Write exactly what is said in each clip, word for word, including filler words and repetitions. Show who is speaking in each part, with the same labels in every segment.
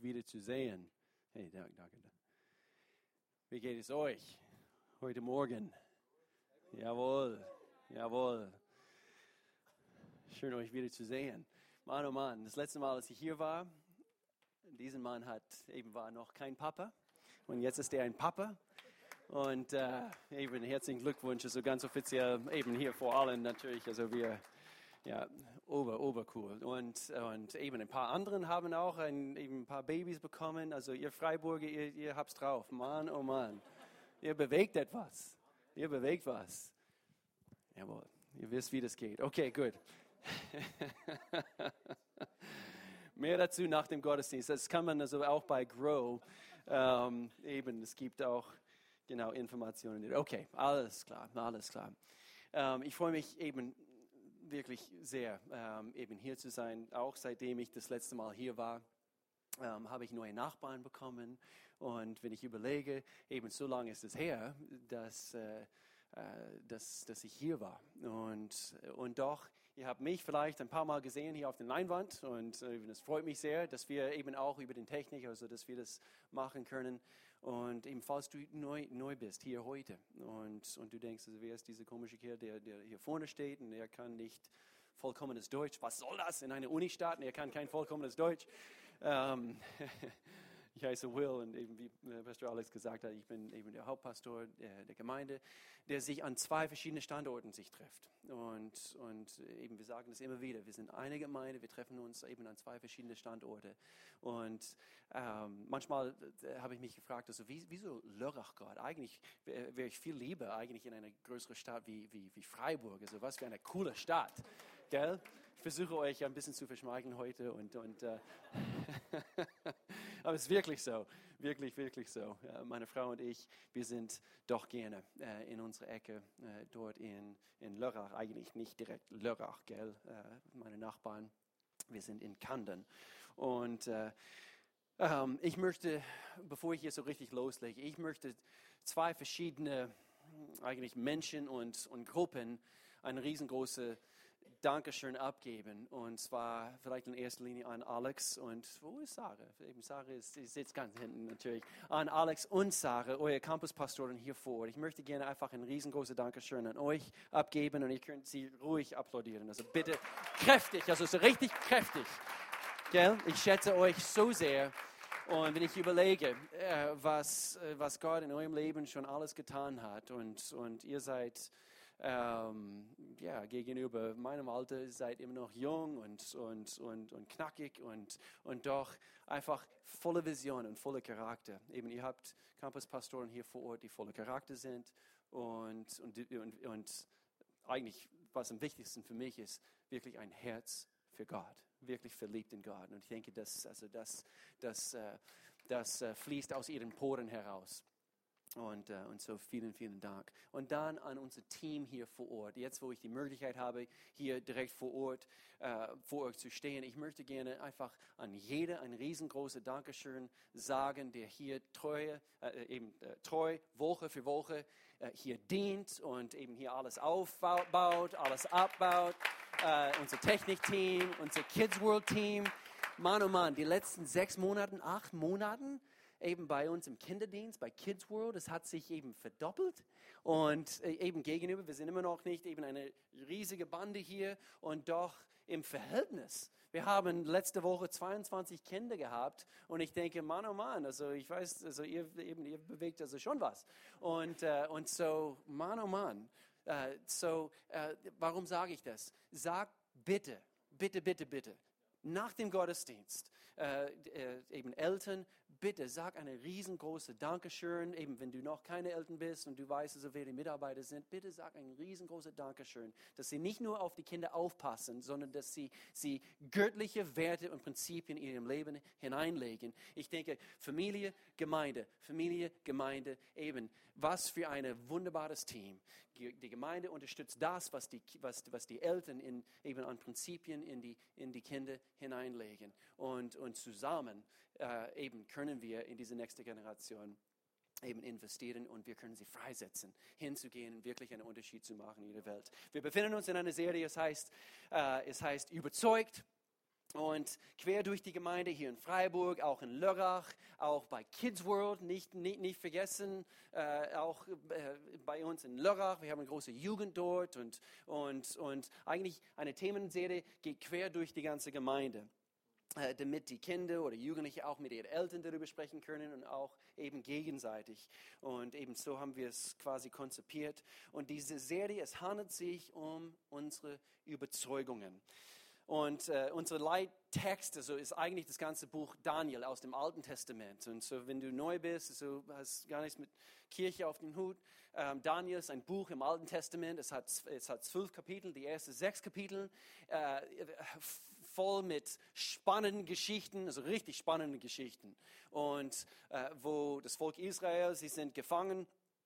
Speaker 1: wieder zu sehen. Hey, danke, danke. Wie geht es euch heute Morgen? Jawohl, jawohl. Schön, euch wieder zu sehen. Mann, oh Mann, das letzte Mal, als ich hier war, dieser Mann hat eben war noch kein Papa und jetzt ist er ein Papa. Und äh, eben herzlichen Glückwunsch, also ganz offiziell eben hier vor allen natürlich, also wir, ja, ober, obercool. Und, und eben ein paar anderen haben auch ein, eben ein paar Babys bekommen, also ihr Freiburger, ihr, ihr habt's drauf, Mann, oh Mann, ihr bewegt etwas, ihr bewegt was. Jawohl, ihr wisst, wie das geht. Okay, gut. Mehr dazu nach dem Gottesdienst, das kann man also auch bei Grow, ähm, eben, es gibt auch genau Informationen. Okay, alles klar, alles klar. Ähm, ich freue mich eben wirklich sehr, ähm, eben hier zu sein. Auch seitdem ich das letzte Mal hier war, ähm, habe ich neue Nachbarn bekommen. Und wenn ich überlege, eben so lange ist es her, dass, äh, äh, dass, dass ich hier war. Und, und doch, ihr habt mich vielleicht ein paar Mal gesehen hier auf der Leinwand. Und äh, es freut mich sehr, dass wir eben auch über den Technik, also dass wir das machen können. Und eben, falls du neu, neu bist, hier heute, und, und du denkst, also, wer ist dieser komische Kerl, der, der hier vorne steht und er kann nicht vollkommenes Deutsch, was soll das, in einer Uni starten, er kann kein vollkommenes Deutsch. Ähm, ich heiße Will und eben wie Pastor Alex gesagt hat, ich bin eben der Hauptpastor der, der Gemeinde, der sich an zwei verschiedenen Standorten sich trifft. Und, und eben, wir sagen das immer wieder, wir sind eine Gemeinde, wir treffen uns eben an zwei verschiedene Standorte. Und ähm, manchmal äh, habe ich mich gefragt, also wie, wieso Lörrach gerade? Eigentlich wäre wär ich viel lieber eigentlich in eine größere Stadt wie, wie, wie Freiburg. Also was für eine coole Stadt, gell? Ich versuche euch ein bisschen zu verschmeicheln heute und, und äh, aber es ist wirklich so, wirklich, wirklich so. Ja, meine Frau und ich, wir sind doch gerne äh, in unserer Ecke äh, dort in, in Lörrach, eigentlich nicht direkt Lörrach, gell, äh, meine Nachbarn, wir sind in Kanden. Und äh, ähm, ich möchte, bevor ich hier so richtig loslege, ich möchte zwei verschiedene eigentlich Menschen und, und Gruppen eine riesengroße Dankeschön abgeben, und zwar vielleicht in erster Linie an Alex und, wo ist Sarah? Eben Sarah ist, ist jetzt ganz hinten natürlich. An Alex und Sarah, eure Campuspastoren hier vor Ort. Ich möchte gerne einfach ein riesengroßes Dankeschön an euch abgeben und ihr könnt sie ruhig applaudieren. Also bitte kräftig, also so richtig kräftig. Gell? Ich schätze euch so sehr. Und wenn ich überlege, äh, was, äh, was Gott in eurem Leben schon alles getan hat und, und ihr seid Ähm, ja, gegenüber meinem Alter seid immer noch jung und, und, und, und knackig und, und doch einfach volle Vision und volle Charakter. Eben, ihr habt Campuspastoren hier vor Ort, die volle Charakter sind und, und, und, und eigentlich, was am wichtigsten für mich ist, wirklich ein Herz für Gott, wirklich verliebt in Gott. Und ich denke, dass, also das, das, das, das fließt aus ihren Poren heraus. Und, äh, und so vielen, vielen Dank. Und dann an unser Team hier vor Ort. Jetzt, wo ich die Möglichkeit habe, hier direkt vor Ort, äh, vor euch zu stehen, ich möchte gerne einfach an jeder ein riesengroßes Dankeschön sagen, der hier treu, äh, eben äh, treu Woche für Woche äh, hier dient und eben hier alles aufbaut, alles abbaut. Äh, unser Technikteam, unser Kids World Team. Mann, oh Mann, die letzten sechs Monate, acht Monaten, eben bei uns im Kinderdienst, bei Kids World, es hat sich eben verdoppelt und eben gegenüber, wir sind immer noch nicht eben eine riesige Bande hier und doch im Verhältnis. Wir haben letzte Woche zweiundzwanzig Kinder gehabt und ich denke, Mann, oh Mann, also ich weiß, also ihr, eben, ihr bewegt also schon was. Und, äh, und so, Mann, oh Mann, äh, so, äh, warum sage ich das? Sag bitte, bitte, bitte, bitte. Nach dem Gottesdienst, äh, äh, eben Eltern, bitte sag eine riesengroße Dankeschön, eben wenn du noch keine Eltern bist und du weißt, also wer die Mitarbeiter sind, bitte sag ein riesengroßes Dankeschön, dass sie nicht nur auf die Kinder aufpassen, sondern dass sie, sie göttliche Werte und Prinzipien in ihrem Leben hineinlegen. Ich denke, Familie, Gemeinde, Familie, Gemeinde, eben, was für ein wunderbares Team. Die Gemeinde unterstützt das, was die, was, was die Eltern in, eben an Prinzipien in die, in die Kinder hineinlegen. Und, und zusammen äh, eben können wir in diese nächste Generation eben investieren und wir können sie freisetzen, hinzugehen und wirklich einen Unterschied zu machen in der Welt. Wir befinden uns in einer Serie, es heißt, äh, es heißt Überzeugt. Und quer durch die Gemeinde hier in Freiburg, auch in Lörrach, auch bei Kids World, nicht, nicht, nicht vergessen, äh, auch äh, bei uns in Lörrach, wir haben eine große Jugend dort und, und, und eigentlich eine Themenserie geht quer durch die ganze Gemeinde, äh, damit die Kinder oder Jugendliche auch mit ihren Eltern darüber sprechen können und auch eben gegenseitig. Und eben so haben wir es quasi konzipiert. Und diese Serie, es handelt sich um unsere Überzeugungen. Und äh, unser Leittext also ist eigentlich das ganze Buch Daniel aus dem Alten Testament. Und so, wenn du neu bist, also hast gar nichts mit Kirche auf dem Hut. Ähm, Daniel ist ein Buch im Alten Testament. Es hat, es hat zwölf Kapitel, die ersten sechs Kapitel, äh, voll mit spannenden Geschichten, also richtig spannenden Geschichten. Und äh, wo das Volk Israel, sie sind gefangen,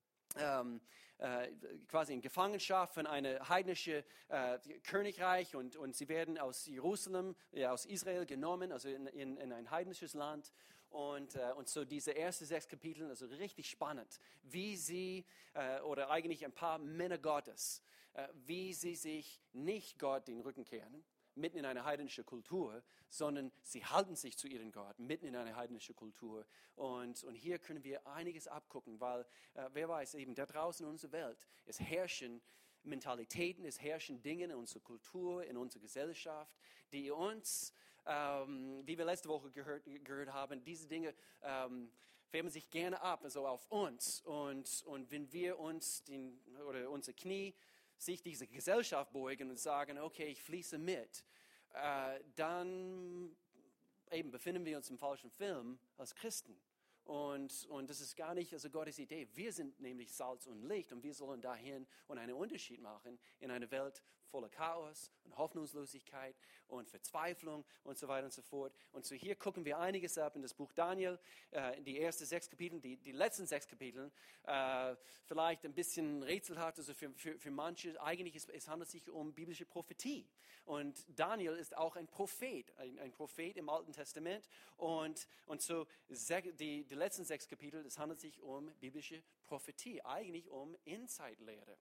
Speaker 1: Ähm, äh, quasi in Gefangenschaft von einem heidnischen äh, Königreich und, und sie werden aus Jerusalem, ja, aus Israel genommen, also in, in, in ein heidnisches Land. Und, äh, und so diese ersten sechs Kapitel, also richtig spannend, wie sie, äh, oder eigentlich ein paar Männer Gottes, äh, wie sie sich nicht Gott den Rücken kehren, mitten in einer heidnischen Kultur, sondern sie halten sich zu ihrem Gott, mitten in einer heidnischen Kultur. Und, und hier können wir einiges abgucken, weil, äh, wer weiß, eben da draußen in unserer Welt, es herrschen Mentalitäten, es herrschen Dinge in unserer Kultur, in unserer Gesellschaft, die uns, ähm, wie wir letzte Woche gehört, gehört haben, diese Dinge ähm, färben sich gerne ab, also auf uns. Und, und wenn wir uns den, oder unsere Knie sich diese Gesellschaft beugen und sagen, okay, ich fließe mit, äh, dann eben befinden wir uns im falschen Film als Christen. Und, und das ist gar nicht also Gottes Idee. Wir sind nämlich Salz und Licht und wir sollen dahin und einen Unterschied machen in einer Welt voller Chaos und Hoffnungslosigkeit und Verzweiflung und so weiter und so fort. Und so hier gucken wir einiges ab in das Buch Daniel, äh, die ersten sechs Kapitel, die, die letzten sechs Kapitel, äh, vielleicht ein bisschen rätselhaft, also für, für, für manche, eigentlich ist, es handelt sich um biblische Prophetie. Und Daniel ist auch ein Prophet, ein, ein Prophet im Alten Testament. Und, und so die, die letzten sechs Kapitel, es handelt sich um biblische Prophetie, eigentlich um Endzeitlehre.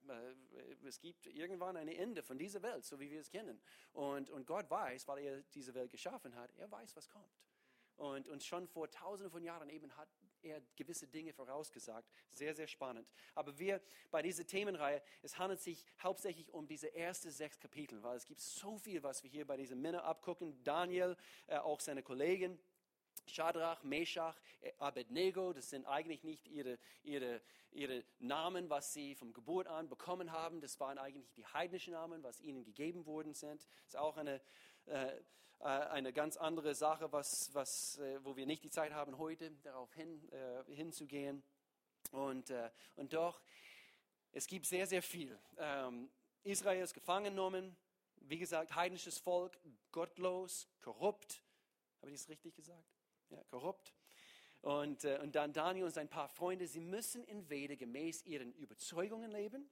Speaker 1: Es gibt irgendwann ein Ende von dieser Welt, so wie wir es kennen. Und, und Gott weiß, weil er diese Welt geschaffen hat, er weiß, was kommt. Und, und schon vor tausenden von Jahren eben hat er gewisse Dinge vorausgesagt. Sehr, sehr spannend. Aber wir bei dieser Themenreihe, es handelt sich hauptsächlich um diese ersten sechs Kapitel, weil es gibt so viel, was wir hier bei diesen Männern abgucken. Daniel, äh, auch seine Kollegen, Schadrach, Meshach, Abednego, das sind eigentlich nicht ihre, ihre, ihre Namen, was sie vom Geburt an bekommen haben. Das waren eigentlich die heidnischen Namen, was ihnen gegeben worden sind. Das ist auch eine, äh, eine ganz andere Sache, was, was, äh, wo wir nicht die Zeit haben, heute darauf hin, äh, hinzugehen. Und, äh, und doch, es gibt sehr, sehr viel. Ähm, Israel ist gefangen genommen, wie gesagt, heidnisches Volk, gottlos, korrupt. Habe ich das richtig gesagt? Ja, korrupt. Und, äh, und dann Daniel und sein paar Freunde, sie müssen entweder gemäß ihren Überzeugungen leben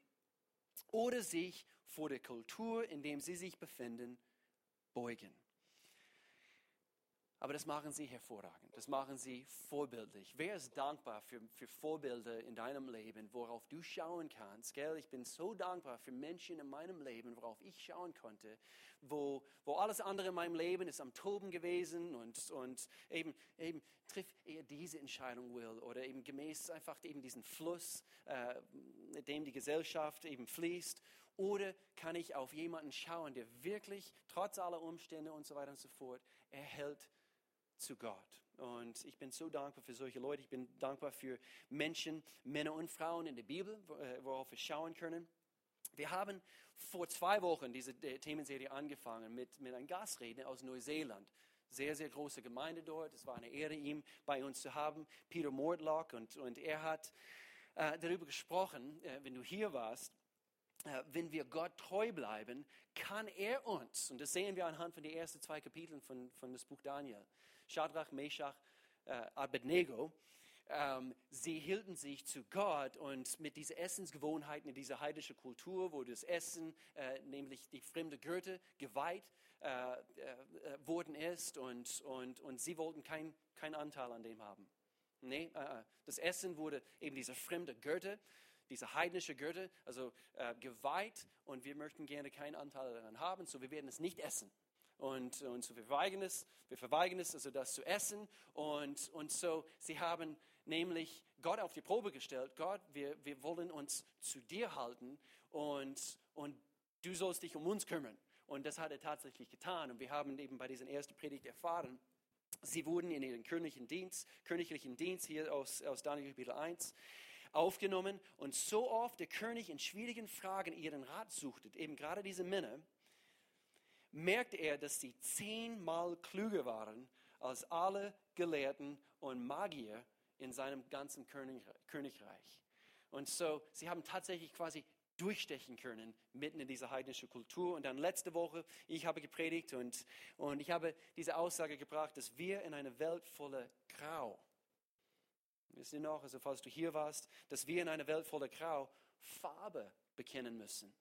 Speaker 1: oder sich vor der Kultur, in der sie sich befinden, beugen. Aber das machen sie hervorragend, das machen sie vorbildlich. Wer ist dankbar für, für Vorbilder in deinem Leben, worauf du schauen kannst? Gell? Ich bin so dankbar für Menschen in meinem Leben, worauf ich schauen konnte, wo, wo alles andere in meinem Leben ist am Toben gewesen und, und eben, eben trifft er diese Entscheidung will oder eben gemäß einfach eben diesen Fluss, äh, mit dem die Gesellschaft eben fließt. Oder kann ich auf jemanden schauen, der wirklich trotz aller Umstände und so weiter und so fort erhält zu Gott. Und ich bin so dankbar für solche Leute. Ich bin dankbar für Menschen, Männer und Frauen in der Bibel, worauf wir schauen können. Wir haben vor zwei Wochen diese Themenserie angefangen mit, mit einem Gastredner aus Neuseeland. Sehr, sehr große Gemeinde dort. Es war eine Ehre, ihn bei uns zu haben. Peter Mortlock. Und, und er hat äh, darüber gesprochen, äh, wenn du hier warst, äh, wenn wir Gott treu bleiben, kann er uns, und das sehen wir anhand von den ersten zwei Kapiteln von, von das Buch Daniel, Schadrach, Meshach, äh, Abednego, ähm, sie hielten sich zu Gott und mit diesen Essensgewohnheiten in dieser heidnischen Kultur, wo das Essen, äh, nämlich die fremde Götter, geweiht äh, äh, worden ist und, und, und sie wollten keinen kein Anteil an dem haben. Nee, äh, das Essen wurde eben diese fremde Götter, diese heidnische Götter, also äh, geweiht und wir möchten gerne keinen Anteil daran haben, so wir werden es nicht essen. Und, und so wir verweigern es, wir verweigern es, also das zu essen. Und, und so, sie haben nämlich Gott auf die Probe gestellt. Gott, wir, wir wollen uns zu dir halten und, und du sollst dich um uns kümmern. Und das hat er tatsächlich getan. Und wir haben eben bei dieser ersten Predigt erfahren, sie wurden in ihren königlichen Dienst, königlichen Dienst hier aus, aus Daniel Kapitel eins, aufgenommen. Und so oft der König in schwierigen Fragen ihren Rat suchte, eben gerade diese Männer, merkte er, dass sie zehnmal klüger waren als alle Gelehrten und Magier in seinem ganzen Königreich. Und so, sie haben tatsächlich quasi durchstechen können mitten in dieser heidnischen Kultur. Und dann letzte Woche, ich habe gepredigt und, und ich habe diese Aussage gebracht, dass wir in einer Welt voller Grau, wisst ihr noch, also falls du hier warst, dass wir in einer Welt voller Grau Farbe bekennen müssen.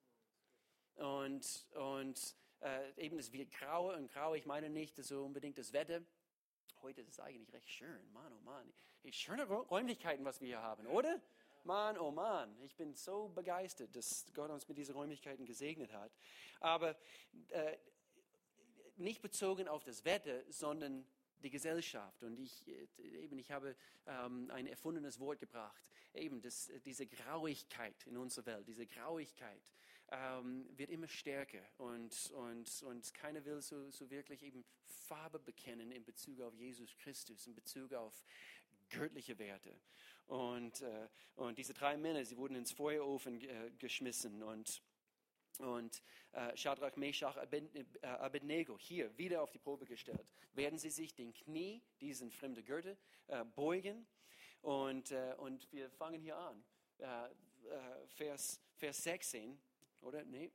Speaker 1: Und, und äh, eben, dass wir graue und grau, ich meine nicht so unbedingt das Wetter. Heute ist es eigentlich recht schön, Mann, oh Mann. Schöne Räumlichkeiten, was wir hier haben, oder? Mann, oh Mann, ich bin so begeistert, dass Gott uns mit diesen Räumlichkeiten gesegnet hat. Aber äh, nicht bezogen auf das Wetter, sondern die Gesellschaft. Und ich, eben, ich habe ähm, ein erfundenes Wort gebracht. Eben das, diese Grauigkeit in unserer Welt, diese Grauigkeit ähm, wird immer stärker. Und, und, und keiner will so, so wirklich eben Farbe bekennen in Bezug auf Jesus Christus, in Bezug auf göttliche Werte. Und, äh, und diese drei Männer, sie wurden ins Feuerofen äh, geschmissen und Und äh, Shadrach, Meshach, Abednego hier wieder auf die Probe gestellt. Werden sie sich den Knie, diesen fremden Gürtel, äh, beugen? Und, äh, und wir fangen hier an. Äh, äh, Vers, Vers sechzehn, oder? Nee.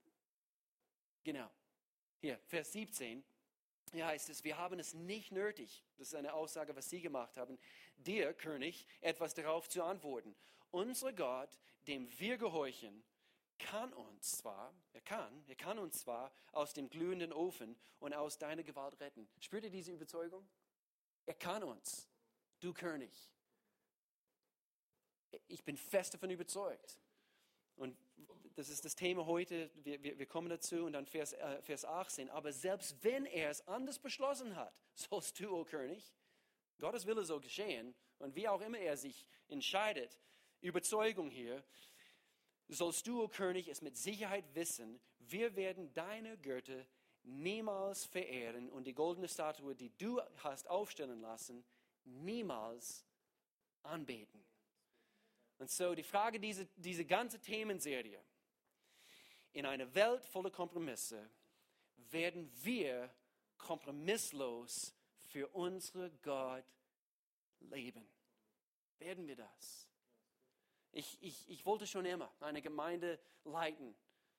Speaker 1: Genau. Hier, Vers siebzehn. Hier heißt es, wir haben es nicht nötig, das ist eine Aussage, was sie gemacht haben, dir, König, etwas darauf zu antworten. Unser Gott, dem wir gehorchen, kann uns zwar, er kann, er kann uns zwar aus dem glühenden Ofen und aus deiner Gewalt retten. Spürt ihr diese Überzeugung? Er kann uns, du König. Ich bin fest davon überzeugt. Und das ist das Thema heute, wir, wir, wir kommen dazu und dann Vers, äh, Vers achtzehn. Aber selbst wenn er es anders beschlossen hat, sollst du, o König, Gottes Wille soll geschehen und wie auch immer er sich entscheidet, Überzeugung hier, sollst du, o König, es mit Sicherheit wissen, wir werden deine Götter niemals verehren und die goldene Statue, die du hast aufstellen lassen, niemals anbeten. Und so die Frage, diese, diese ganze Themenserie, in einer Welt voller Kompromisse, werden wir kompromisslos für unsere Gott leben? Werden wir das? Ich, ich, ich wollte schon immer eine Gemeinde leiten,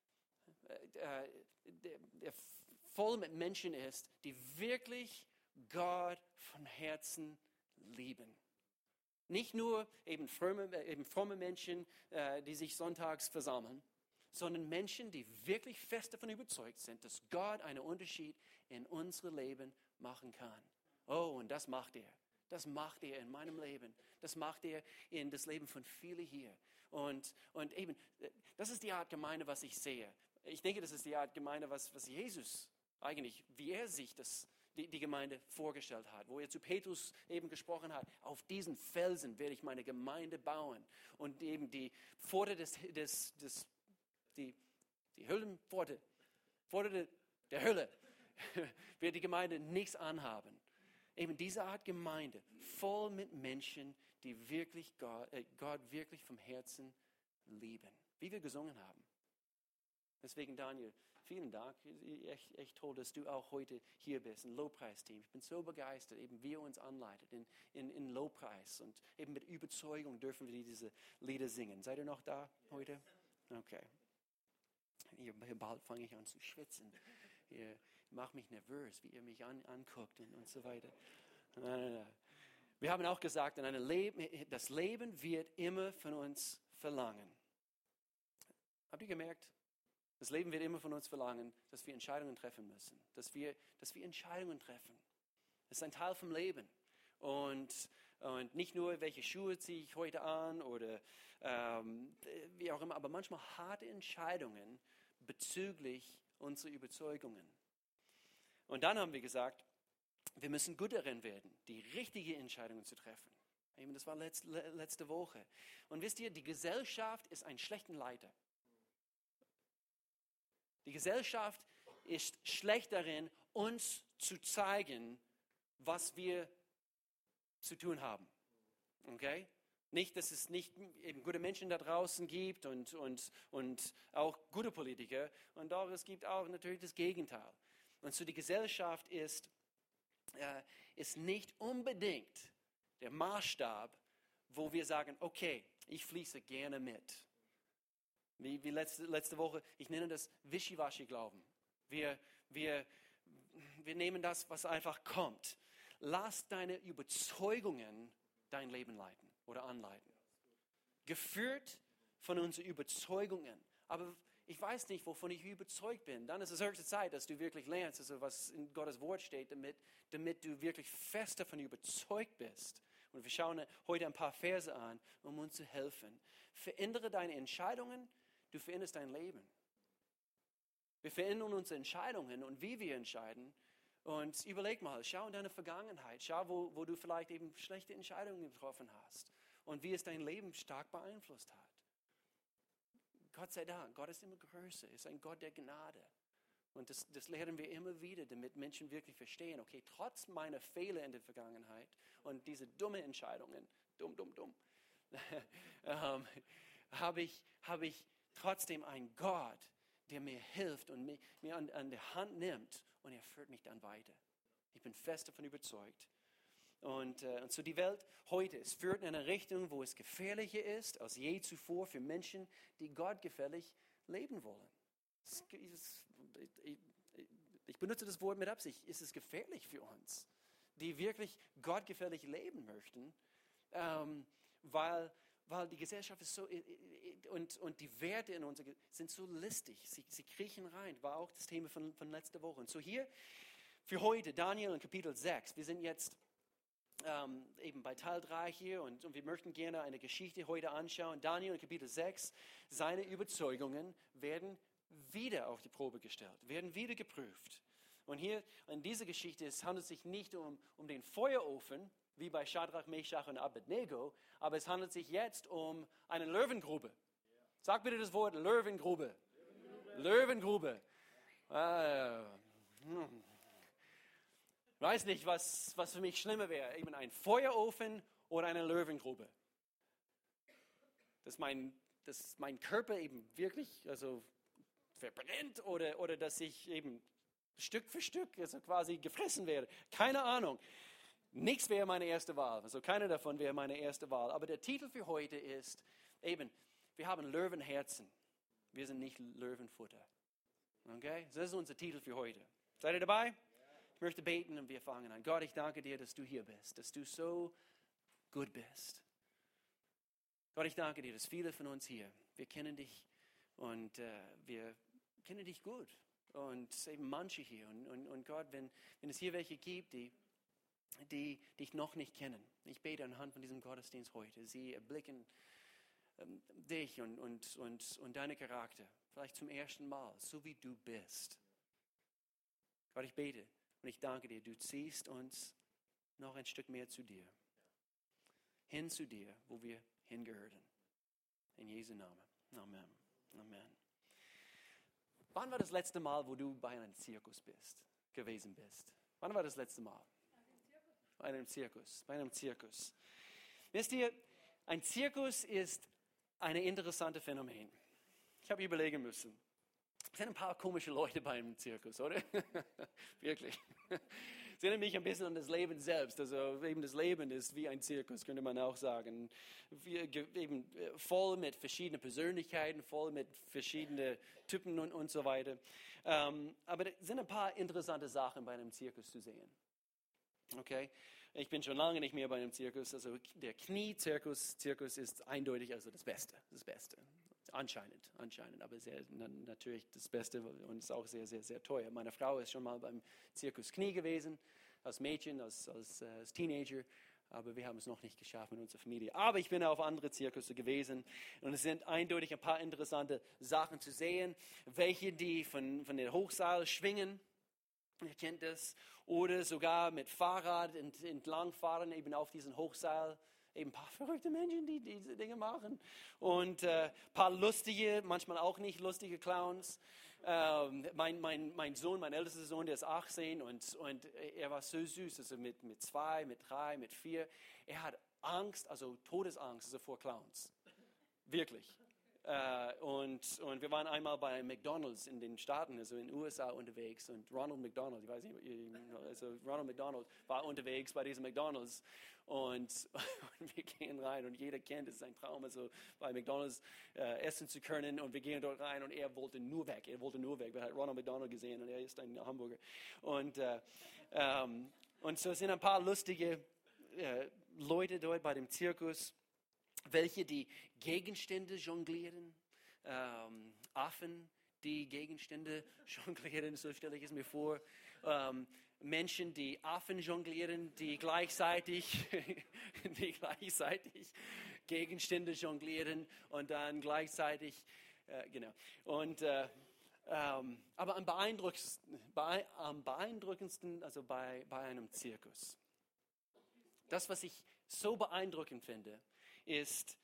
Speaker 1: äh, der, der voll mit Menschen ist, die wirklich Gott von Herzen lieben. Nicht nur eben fromme, eben fromme Menschen, äh, die sich sonntags versammeln, sondern Menschen, die wirklich fest davon überzeugt sind, dass Gott einen Unterschied in unserem Leben machen kann. Oh, und das macht er. Das macht er in meinem Leben. Das macht er in das Leben von vielen hier. Und, und eben, das ist die Art Gemeinde, was ich sehe. Ich denke, das ist die Art Gemeinde, was, was Jesus eigentlich, wie er sich das, die, die Gemeinde vorgestellt hat. Wo er zu Petrus eben gesprochen hat, auf diesen Felsen werde ich meine Gemeinde bauen. Und eben die Pforte des, des, des die, die Höllenpforte, Pforte der Hölle, wird die Gemeinde nichts anhaben. Eben diese Art Gemeinde, voll mit Menschen, die wirklich Gott, äh, Gott wirklich vom Herzen lieben. Wie wir gesungen haben. Deswegen, Daniel, vielen Dank. Echt, echt toll, dass du auch heute hier bist, ein Lobpreisteam. Ich bin so begeistert, eben wie ihr uns anleitet in, in, in Lobpreis. Und eben mit Überzeugung dürfen wir diese Lieder singen. Seid ihr noch da heute? Okay. Hier, bald fange ich an zu schwitzen. Ihr macht mich nervös, wie ihr mich an, anguckt und, und so weiter. Nein, nein, nein. Wir haben auch gesagt, in einem Leben, das Leben wird immer von uns verlangen. Habt ihr gemerkt? Das Leben wird immer von uns verlangen, dass wir Entscheidungen treffen müssen. Dass wir, dass wir Entscheidungen treffen. Das ist ein Teil vom Leben. Und, und nicht nur, welche Schuhe ziehe ich heute an oder ähm, wie auch immer, aber manchmal harte Entscheidungen bezüglich unserer Überzeugungen. Und dann haben wir gesagt, wir müssen gut darin werden, die richtigen Entscheidungen zu treffen. Eben, das war letzte, letzte Woche. Und wisst ihr, die Gesellschaft ist ein schlechter Leiter. Die Gesellschaft ist schlecht darin, uns zu zeigen, was wir zu tun haben. Okay? Nicht, dass es nicht eben gute Menschen da draußen gibt und, und, und auch gute Politiker. Und doch, es gibt auch natürlich das Gegenteil. Und so die Gesellschaft ist, äh, ist nicht unbedingt der Maßstab, wo wir sagen, okay, ich fließe gerne mit. Wie, wie letzte, letzte Woche, ich nenne das Wischiwaschi-Glauben. Wir, wir, wir nehmen das, was einfach kommt. Lass deine Überzeugungen dein Leben leiten oder anleiten. Geführt von unseren Überzeugungen. Aber ich weiß nicht, wovon ich überzeugt bin. Dann ist es höchste Zeit, dass du wirklich lernst, also was in Gottes Wort steht, damit, damit du wirklich fest davon überzeugt bist. Und wir schauen heute ein paar Verse an, um uns zu helfen. Verändere deine Entscheidungen, du veränderst dein Leben. Wir verändern unsere Entscheidungen und wie wir entscheiden. Und überleg mal, schau in deine Vergangenheit, schau, wo, wo du vielleicht eben schlechte Entscheidungen getroffen hast und wie es dein Leben stark beeinflusst hat. Gott sei Dank, Gott ist immer größer, ist ein Gott der Gnade. Und das, das lernen wir immer wieder, damit Menschen wirklich verstehen, okay, trotz meiner Fehler in der Vergangenheit und diese dummen Entscheidungen, dumm, dumm, dumm, ähm, habe ich, hab ich trotzdem einen Gott, der mir hilft und mich, mir an, an der Hand nimmt und er führt mich dann weiter. Ich bin fest davon überzeugt. Und, äh, und so die Welt heute, es führt in eine Richtung, wo es gefährlicher ist als je zuvor für Menschen, die Gott gefällig leben wollen. Es, es, ich, ich benutze das Wort mit Absicht. Es ist gefährlich für uns, die wirklich gottgefällig leben möchten, ähm, weil, weil die Gesellschaft ist so und, und die Werte in uns sind so listig. Sie, sie kriechen rein. War auch das Thema von, von letzter Woche. Und so hier für heute Daniel in Kapitel sechs. Wir sind jetzt ähm, eben bei Teil drei hier und, und wir möchten gerne eine Geschichte heute anschauen. Daniel in Kapitel sechs. Seine Überzeugungen werden wieder auf die Probe gestellt, werden wieder geprüft. Und hier in dieser Geschichte, es handelt sich nicht um, um den Feuerofen, wie bei Shadrach, Meshach und Abednego, aber es handelt sich jetzt um eine Löwengrube. Sag bitte das Wort Löwengrube. Löwengrube. Löwengrube. Äh, hm. Ich weiß nicht, was, was für mich schlimmer wäre, eben ein Feuerofen oder eine Löwengrube. Dass mein, dass mein Körper eben wirklich, also verbrennt oder, oder dass ich eben Stück für Stück also quasi gefressen werde. Keine Ahnung. Nichts wäre meine erste Wahl. Also keine davon wäre meine erste Wahl. Aber der Titel für heute ist eben, wir haben Löwenherzen. Wir sind nicht Löwenfutter. Okay? Das ist unser Titel für heute. Seid ihr dabei? Ich möchte beten und wir fangen an. Gott, ich danke dir, dass du hier bist, dass du so gut bist. Gott, ich danke dir, dass viele von uns hier, wir kennen dich und äh, wir kennen dich gut. Und eben manche hier. Und, und, und Gott, wenn, wenn es hier welche gibt, die, die dich noch nicht kennen, ich bete anhand von diesem Gottesdienst heute, sie erblicken ähm, dich und, und, und, und deine Charakter, vielleicht zum ersten Mal, so wie du bist. Gott, ich bete und ich danke dir, du ziehst uns noch ein Stück mehr zu dir. Hin zu dir, wo wir hingehören. In Jesu Namen. Amen. Amen. Wann war das letzte Mal, wo du bei einem Zirkus bist, gewesen bist? Wann war das letzte Mal? Bei einem Zirkus. Bei einem Zirkus. Wisst ihr, ein Zirkus ist ein interessantes Phänomen. Ich habe überlegen müssen. Es sind ein paar komische Leute bei einem Zirkus, oder? Wirklich. Es erinnert mich ein bisschen an das Leben selbst. Also eben das Leben ist wie ein Zirkus, könnte man auch sagen. Wir, eben voll mit verschiedenen Persönlichkeiten, voll mit verschiedenen Typen und, und so weiter. Ähm, aber es sind ein paar interessante Sachen bei einem Zirkus zu sehen. Okay? Ich bin schon lange nicht mehr bei einem Zirkus. Also der Knie-Zirkus Zirkus ist eindeutig also das Beste. Das Beste. Anscheinend, anscheinend, aber sehr, na, natürlich das Beste und ist auch sehr, sehr, sehr teuer. Meine Frau ist schon mal beim Zirkus Knie gewesen, als Mädchen, als, als, als Teenager, aber wir haben es noch nicht geschafft mit unserer Familie. Aber ich bin auf andere Zirkusse gewesen und es sind eindeutig ein paar interessante Sachen zu sehen, welche die von, von der Hochseil schwingen, Ihr kennt das. Oder sogar mit Fahrrad ent, entlangfahren, eben auf diesen Hochseil. Eben ein paar verrückte Menschen, die diese Dinge machen. Und ein äh, paar lustige, manchmal auch nicht lustige Clowns. Ähm, mein, mein, mein Sohn, mein ältester Sohn, der ist achtzehn und, und er war so süß. Also mit, mit zwei, mit drei, mit vier. Er hat Angst, also Todesangst also vor Clowns. Wirklich. Uh, und, und wir waren einmal bei McDonald's in den Staaten, also in den U S A unterwegs und Ronald McDonald, ich weiß nicht, also Ronald McDonald war unterwegs bei diesem McDonald's und, und wir gehen rein und jeder kennt, es ist ein Traum, also bei McDonald's uh, essen zu können und wir gehen dort rein und er wollte nur weg, er wollte nur weg, wir haben Ronald McDonald gesehen und er ist ein Hamburger und, uh, um, und so sind ein paar lustige uh, Leute dort bei dem Zirkus, welche die Gegenstände jonglieren, ähm, Affen, die Gegenstände jonglieren, so stelle ich es mir vor. Ähm, Menschen, die Affen jonglieren, die gleichzeitig, die gleichzeitig Gegenstände jonglieren und dann gleichzeitig, äh, genau. Und, äh, ähm, aber am beeindruckendsten, bei, am beeindruckendsten, also bei, bei einem Zirkus. Das, was ich so beeindruckend finde, ist,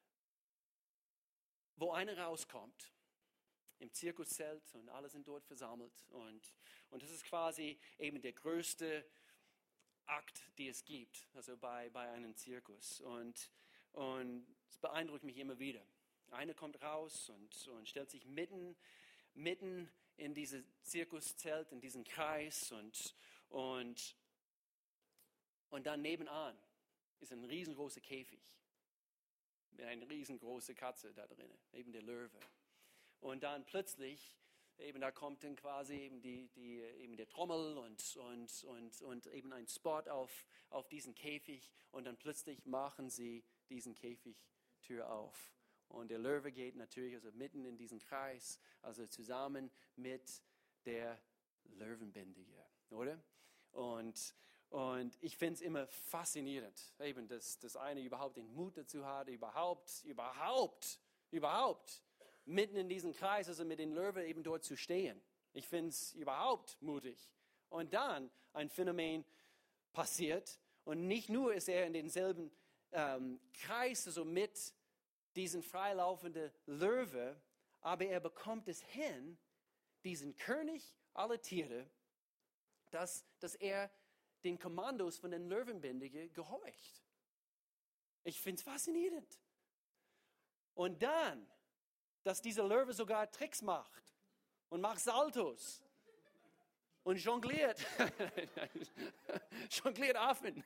Speaker 1: wo einer rauskommt, im Zirkuszelt und alle sind dort versammelt und, und das ist quasi eben der größte Akt, den es gibt, also bei, bei einem Zirkus und, und es beeindruckt mich immer wieder. Einer kommt raus und, und stellt sich mitten, mitten in dieses Zirkuszelt, in diesen Kreis und, und, und dann nebenan ist ein riesengroßer Käfig. Eine riesengroße Katze da drin, eben der Löwe. Und dann plötzlich, eben da kommt dann quasi eben, die, die, eben der Trommel und, und, und, und eben ein Spot auf, auf diesen Käfig und dann plötzlich machen sie diesen Käfigtür auf. Und der Löwe geht natürlich also mitten in diesen Kreis, also zusammen mit der Löwenbändige, oder? Und Und ich finde es immer faszinierend, eben, dass das eine überhaupt den Mut dazu hat, überhaupt, überhaupt, überhaupt mitten in diesem Kreis, also mit den Löwen eben dort zu stehen. Ich finde es überhaupt mutig. Und dann ein Phänomen passiert und nicht nur ist er in denselben ähm, Kreis, also mit diesen freilaufenden Löwe, aber er bekommt es hin, diesen König aller Tiere, dass, dass er den Kommandos von den Löwenbändigen gehorcht. Ich finde es faszinierend. Und dann, dass dieser Löwe sogar Tricks macht und macht Saltos und jongliert. jongliert Affen.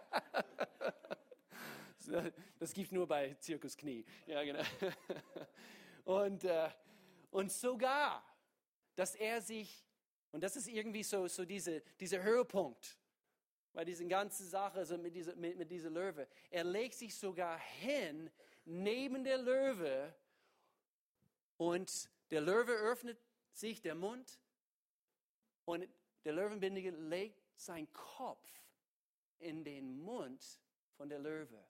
Speaker 1: Das gibt es nur bei Zirkus Knie. Ja, genau. Und, äh, und sogar, dass er sich, und das ist irgendwie so, so diese, dieser Höhepunkt, bei dieser ganzen Sache, also mit dieser, mit, mit dieser Löwe. Er legt sich sogar hin neben der Löwe und der Löwe öffnet sich der Mund und der Löwenbändige legt seinen Kopf in den Mund von der Löwe.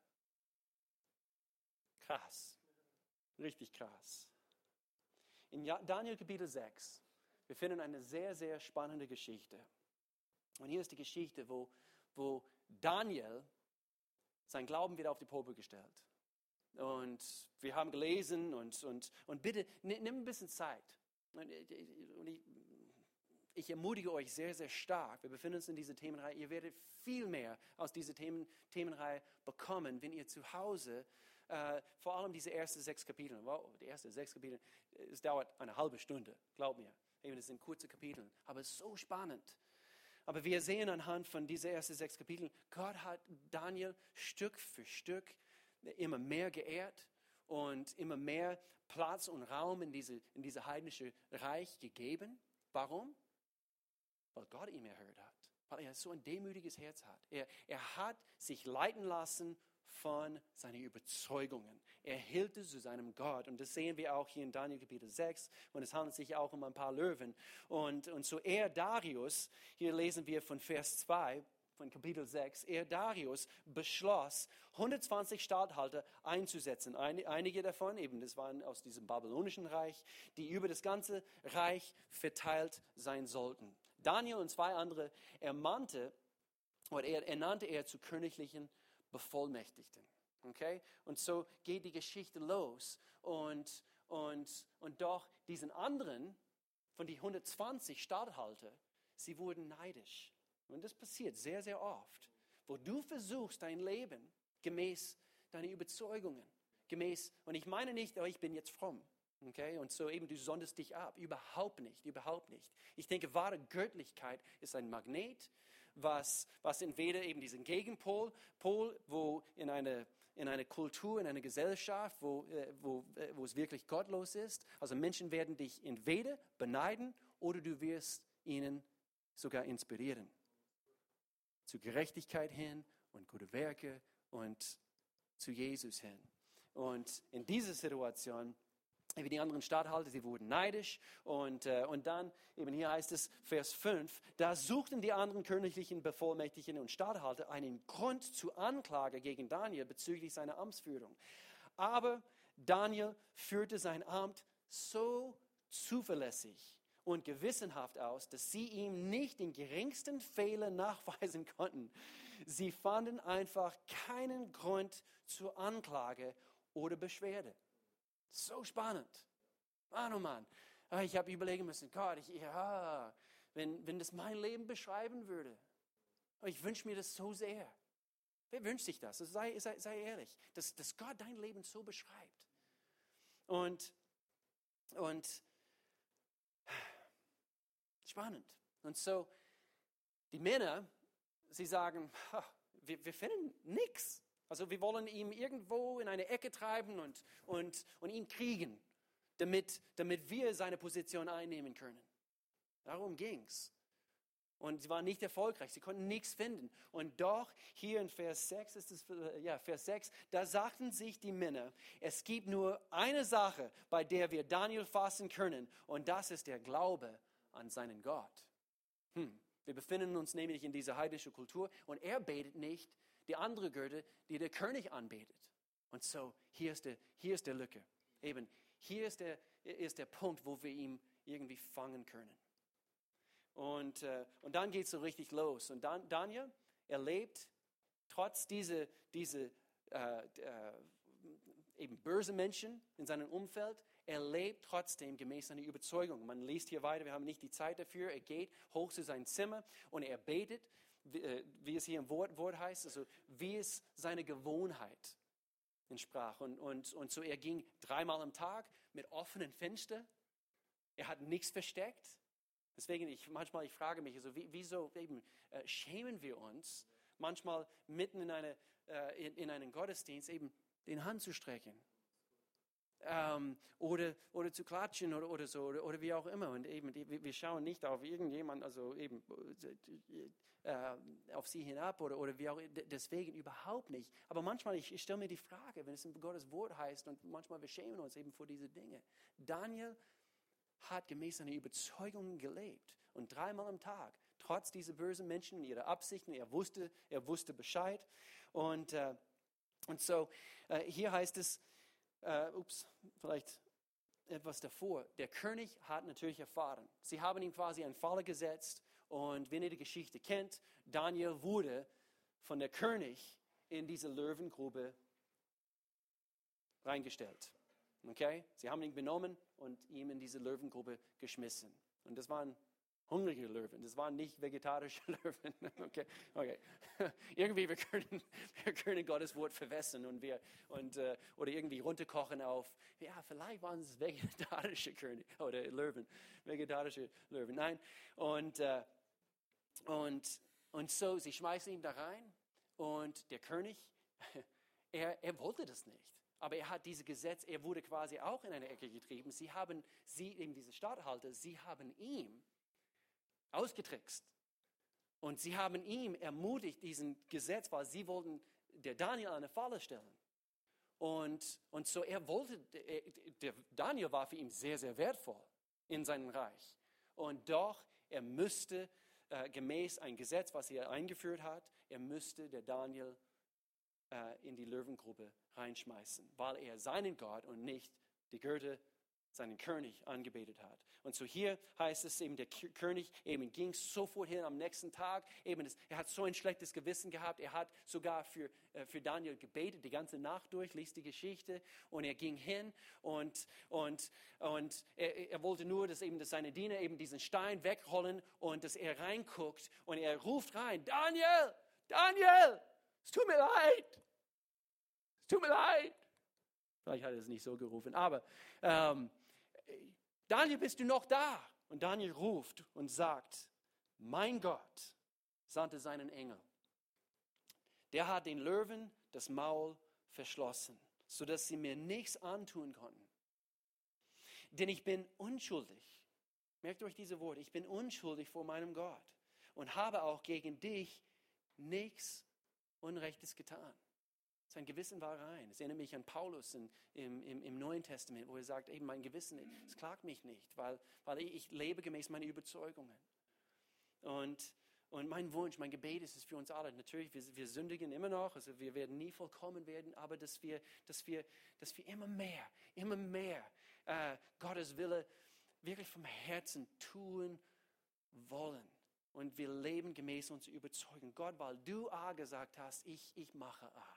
Speaker 1: Krass. Richtig krass. In Daniel Kapitel sechs, wir finden eine sehr, sehr spannende Geschichte. Und hier ist die Geschichte, wo wo Daniel sein Glauben wieder auf die Probe gestellt. Und wir haben gelesen und, und, und bitte nimm ein bisschen Zeit. Und ich, ich ermutige euch sehr, sehr stark. Wir befinden uns in dieser Themenreihe. Ihr werdet viel mehr aus dieser Themen, Themenreihe bekommen, wenn ihr zu Hause äh, vor allem diese ersten sechs Kapitel, wow, die ersten sechs Kapitel, es dauert eine halbe Stunde, glaub mir. Eben, das sind kurze Kapitel, aber es ist so spannend. Aber wir sehen anhand von diesen ersten sechs Kapiteln, Gott hat Daniel Stück für Stück immer mehr geehrt und immer mehr Platz und Raum in diese, in diese heidnische Reich gegeben. Warum? Weil Gott ihn erhört hat. Weil er so ein demütiges Herz hat. Er, er hat sich leiten lassen von seinen Überzeugungen. Er hielt zu seinem Gott. Und das sehen wir auch hier in Daniel Kapitel sechs. Und es handelt sich auch um ein paar Löwen. Und, und so er Darius, hier lesen wir von Vers zwei, von Kapitel sechs, er Darius beschloss, hundertzwanzig Statthalter einzusetzen. Einige davon, eben das waren aus diesem babylonischen Reich, die über das ganze Reich verteilt sein sollten. Daniel und zwei andere ermahnte, oder er, er nannte er zu königlichen Bevollmächtigten. Okay? Und so geht die Geschichte los. Und, und, und doch diesen anderen, von die hundertzwanzig Statthalter, sie wurden neidisch. Und das passiert sehr, sehr oft. Wo du versuchst, dein Leben gemäß deiner Überzeugungen, gemäß, und ich meine nicht, oh, ich bin jetzt fromm. Okay? Und so eben, du sonderst dich ab. Überhaupt nicht, überhaupt nicht. Ich denke, wahre Göttlichkeit ist ein Magnet, was, was entweder eben diesen Gegenpol, Pol, wo in eine, in eine Kultur, in eine Gesellschaft, wo, äh, wo, äh, wo es wirklich gottlos ist. Also Menschen werden dich entweder beneiden oder du wirst ihnen sogar inspirieren. Zu Gerechtigkeit hin und gute Werke und zu Jesus hin. Und in dieser Situation, wie die anderen Statthalter, sie wurden neidisch. Und, äh, und dann, eben hier heißt es, Vers fünf, da suchten die anderen königlichen Bevollmächtigten und Statthalter einen Grund zur Anklage gegen Daniel bezüglich seiner Amtsführung. Aber Daniel führte sein Amt so zuverlässig und gewissenhaft aus, dass sie ihm nicht den geringsten Fehler nachweisen konnten. Sie fanden einfach keinen Grund zur Anklage oder Beschwerde. So spannend. Mann, oh Mann. Ich habe überlegen müssen, Gott, ich, ja, wenn, wenn das mein Leben beschreiben würde. Ich wünsche mir das so sehr. Wer wünscht sich das? Sei, sei, sei ehrlich, dass, dass Gott dein Leben so beschreibt. Und, und spannend. Und so, die Männer, sie sagen, wir, wir finden nichts. Also wir wollen ihn irgendwo in eine Ecke treiben und, und, und ihn kriegen, damit, damit wir seine Position einnehmen können. Darum ging es. Und sie waren nicht erfolgreich, sie konnten nichts finden. Und doch, hier in Vers sechs, ist es, ja, Vers sechs, da sagten sich die Männer, es gibt nur eine Sache, bei der wir Daniel fassen können, und das ist der Glaube an seinen Gott. Hm. Wir befinden uns nämlich in dieser heidnischen Kultur und er betet nicht die andere Götter, die der König anbetet. Und so, hier ist der, hier ist der Lücke. Eben, hier ist der, ist der Punkt, wo wir ihn irgendwie fangen können. Und, äh, und dann geht es so richtig los. Und dann, Daniel erlebt, trotz dieser diese, äh, äh, eben böse Menschen in seinem Umfeld, er lebt trotzdem gemäß seiner Überzeugung. Man liest hier weiter, wir haben nicht die Zeit dafür. Er geht hoch zu seinem Zimmer und er betet, wie, äh, wie es hier im Wort, Wort heißt, also wie es seine Gewohnheit entsprach. Und, und, und so er ging dreimal am Tag mit offenen Fenstern. Er hat nichts versteckt. Deswegen, ich, manchmal, ich frage mich, also, wie, wieso eben, äh, schämen wir uns, manchmal mitten in, eine, äh, in, in einen Gottesdienst eben den Hand zu strecken. Ähm, oder, oder zu klatschen oder, oder so, oder, oder wie auch immer. Und eben, wir schauen nicht auf irgendjemand, also eben äh, auf sie hinab oder, oder wie auch, deswegen überhaupt nicht. Aber manchmal, ich, ich stelle mir die Frage, wenn es in Gottes Wort heißt und manchmal wir schämen uns eben vor diese Dinge. Daniel hat gemäß seiner Überzeugungen gelebt und dreimal am Tag, trotz dieser bösen Menschen und ihrer Absichten, er wusste, er wusste Bescheid. Und, äh, und so, äh, hier heißt es, äh, ups, vielleicht etwas davor, der König hat natürlich erfahren. Sie haben ihm quasi eine Falle gesetzt und wenn ihr die Geschichte kennt, Daniel wurde von der König in diese Löwengrube reingestellt. Okay? Sie haben ihn genommen und ihn in diese Löwengrube geschmissen. Und das waren hungrige Löwen, das waren nicht vegetarische Löwen. Okay, okay. Irgendwie, wir können, wir können Gottes Wort verwässern und wir, und, äh, oder irgendwie runterkochen auf, ja, vielleicht waren es vegetarische König oder Löwen, vegetarische Löwen. Nein, und, äh, und, und so, sie schmeißen ihn da rein und der König, er, er wollte das nicht. Aber er hat dieses Gesetz, er wurde quasi auch in eine Ecke getrieben. Sie haben, sie, eben diese Statthalter, sie haben ihm ausgetrickst. Und sie haben ihm ermutigt, diesen Gesetz, weil sie wollten der Daniel eine Falle stellen. Und, und so er wollte, der Daniel war für ihn sehr, sehr wertvoll in seinem Reich. Und doch, er müsste äh, gemäß ein Gesetz, was er eingeführt hat, er müsste der Daniel äh, in die Löwengrube reinschmeißen, weil er seinen Gott und nicht die Götter seinen König angebetet hat. Und so hier heißt es eben, der König eben ging sofort hin am nächsten Tag. Eben, er hat so ein schlechtes Gewissen gehabt. Er hat sogar für, äh, für Daniel gebetet, die ganze Nacht durch, liest die Geschichte. Und er ging hin und, und, und er, er wollte nur, dass, eben, dass seine Diener eben diesen Stein wegrollen und dass er reinguckt. Und er ruft rein, Daniel, Daniel, es tut mir leid. Es tut mir leid. Vielleicht hat er es nicht so gerufen, aber ähm, Daniel, bist du noch da? Und Daniel ruft und sagt, mein Gott sandte seinen Engel. Der hat den Löwen das Maul verschlossen, sodass sie mir nichts antun konnten. Denn ich bin unschuldig. Merkt euch diese Worte. Ich bin unschuldig vor meinem Gott und habe auch gegen dich nichts Unrechtes getan. Sein Gewissen war rein. Es erinnert mich an Paulus in, im, im, im Neuen Testament, wo er sagt, eben mein Gewissen, es klagt mich nicht, weil, weil ich, ich lebe gemäß meinen Überzeugungen. Und, und mein Wunsch, mein Gebet ist es für uns alle. Natürlich, wir, wir sündigen immer noch, also wir werden nie vollkommen werden, aber dass wir, dass wir, dass wir immer mehr, immer mehr äh, Gottes Wille wirklich vom Herzen tun wollen. Und wir leben gemäß unserer Überzeugung. Gott, weil du A gesagt hast, ich, ich mache A.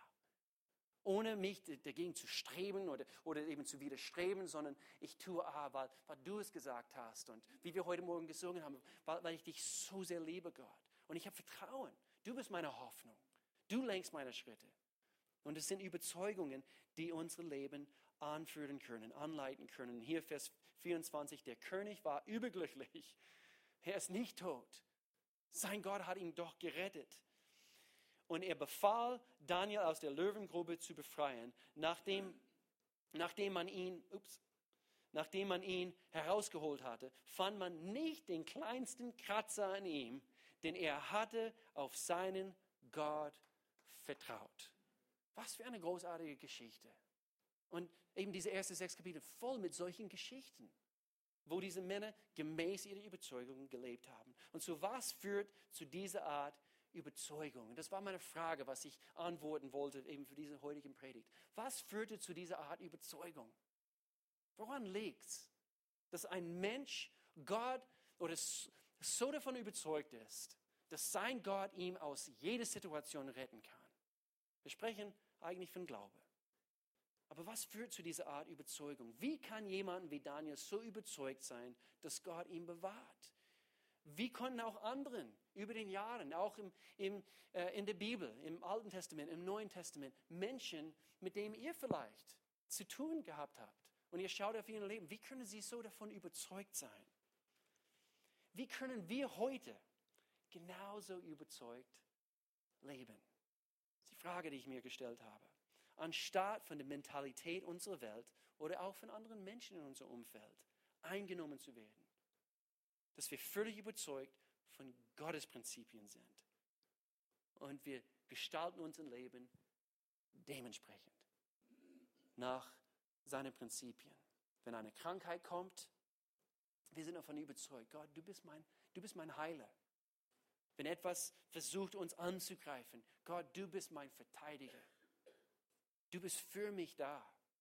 Speaker 1: Ohne mich dagegen zu streben oder, oder eben zu widerstreben, sondern ich tue A, weil, weil du es gesagt hast. Und wie wir heute Morgen gesungen haben, weil, weil ich dich so sehr liebe, Gott. Und ich habe Vertrauen. Du bist meine Hoffnung. Du lenkst meine Schritte. Und es sind Überzeugungen, die unser Leben anführen können, anleiten können. Hier Vers vierundzwanzig, der König war überglücklich. Er ist nicht tot. Sein Gott hat ihn doch gerettet. Und er befahl, Daniel aus der Löwengrube zu befreien, nachdem, nachdem, man ihn, ups, nachdem man ihn herausgeholt hatte, fand man nicht den kleinsten Kratzer an ihm, denn er hatte auf seinen Gott vertraut. Was für eine großartige Geschichte. Und eben diese ersten sechs Kapitel voll mit solchen Geschichten, wo diese Männer gemäß ihrer Überzeugung gelebt haben. Und so was führt zu dieser Art Überzeugung? Das war meine Frage, was ich antworten wollte eben für diese heutige Predigt. Was führte zu dieser Art Überzeugung? Woran liegt es, dass ein Mensch Gott oder so davon überzeugt ist, dass sein Gott ihm aus jeder Situation retten kann? Wir sprechen eigentlich von Glaube. Aber was führt zu dieser Art Überzeugung? Wie kann jemand wie Daniel so überzeugt sein, dass Gott ihn bewahrt? Wie konnten auch anderen über den Jahren, auch im, im, äh, in der Bibel, im Alten Testament, im Neuen Testament, Menschen, mit denen ihr vielleicht zu tun gehabt habt und ihr schaut auf ihr Leben, wie können sie so davon überzeugt sein? Wie können wir heute genauso überzeugt leben? Das ist die Frage, die ich mir gestellt habe. Anstatt von der Mentalität unserer Welt oder auch von anderen Menschen in unserem Umfeld eingenommen zu werden. Dass wir völlig überzeugt von Gottes Prinzipien sind. Und wir gestalten unser Leben dementsprechend. Nach seinen Prinzipien. Wenn eine Krankheit kommt, wir sind davon überzeugt, Gott, du bist mein, du bist mein Heiler. Wenn etwas versucht, uns anzugreifen, Gott, du bist mein Verteidiger. Du bist für mich da.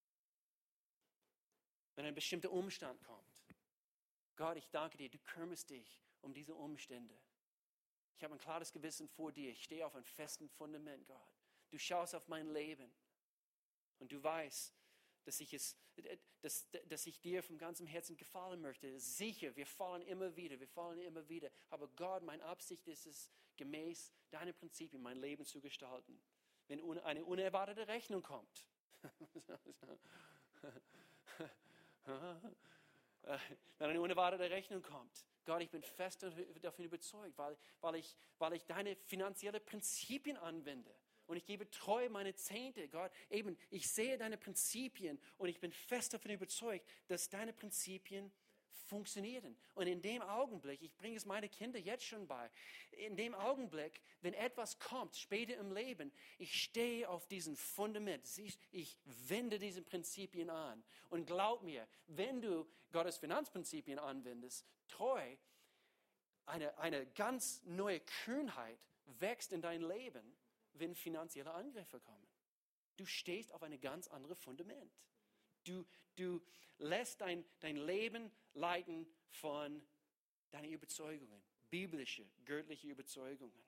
Speaker 1: Wenn ein bestimmter Umstand kommt, Gott, ich danke dir, du kümmerst dich um diese Umstände. Ich habe ein klares Gewissen vor dir. Ich stehe auf einem festen Fundament, Gott. Du schaust auf mein Leben und du weißt, dass ich, es, dass, dass ich dir von ganzem Herzen gefallen möchte. Sicher, wir fallen immer wieder, wir fallen immer wieder. Aber Gott, meine Absicht ist es, gemäß deinen Prinzipien mein Leben zu gestalten. Wenn eine unerwartete Rechnung kommt, wenn eine unerwartete Rechnung kommt, Gott, ich bin fest davon überzeugt, weil, weil, ich, weil ich deine finanziellen Prinzipien anwende. Und ich gebe treu meine Zehnte, Gott. Eben, ich sehe deine Prinzipien und ich bin fest davon überzeugt, dass deine Prinzipien funktionieren. Und in dem Augenblick, ich bringe es meine Kinder jetzt schon bei, in dem Augenblick, wenn etwas kommt, später im Leben, ich stehe auf diesem Fundament, ich wende diese Prinzipien an. Und glaub mir, wenn du Gottes Finanzprinzipien anwendest, treu, eine, eine ganz neue Kühnheit wächst in dein Leben, wenn finanzielle Angriffe kommen. Du stehst auf einem ganz anderen Fundament. Du, du lässt dein, dein Leben leiten von deinen Überzeugungen, biblische, göttliche Überzeugungen.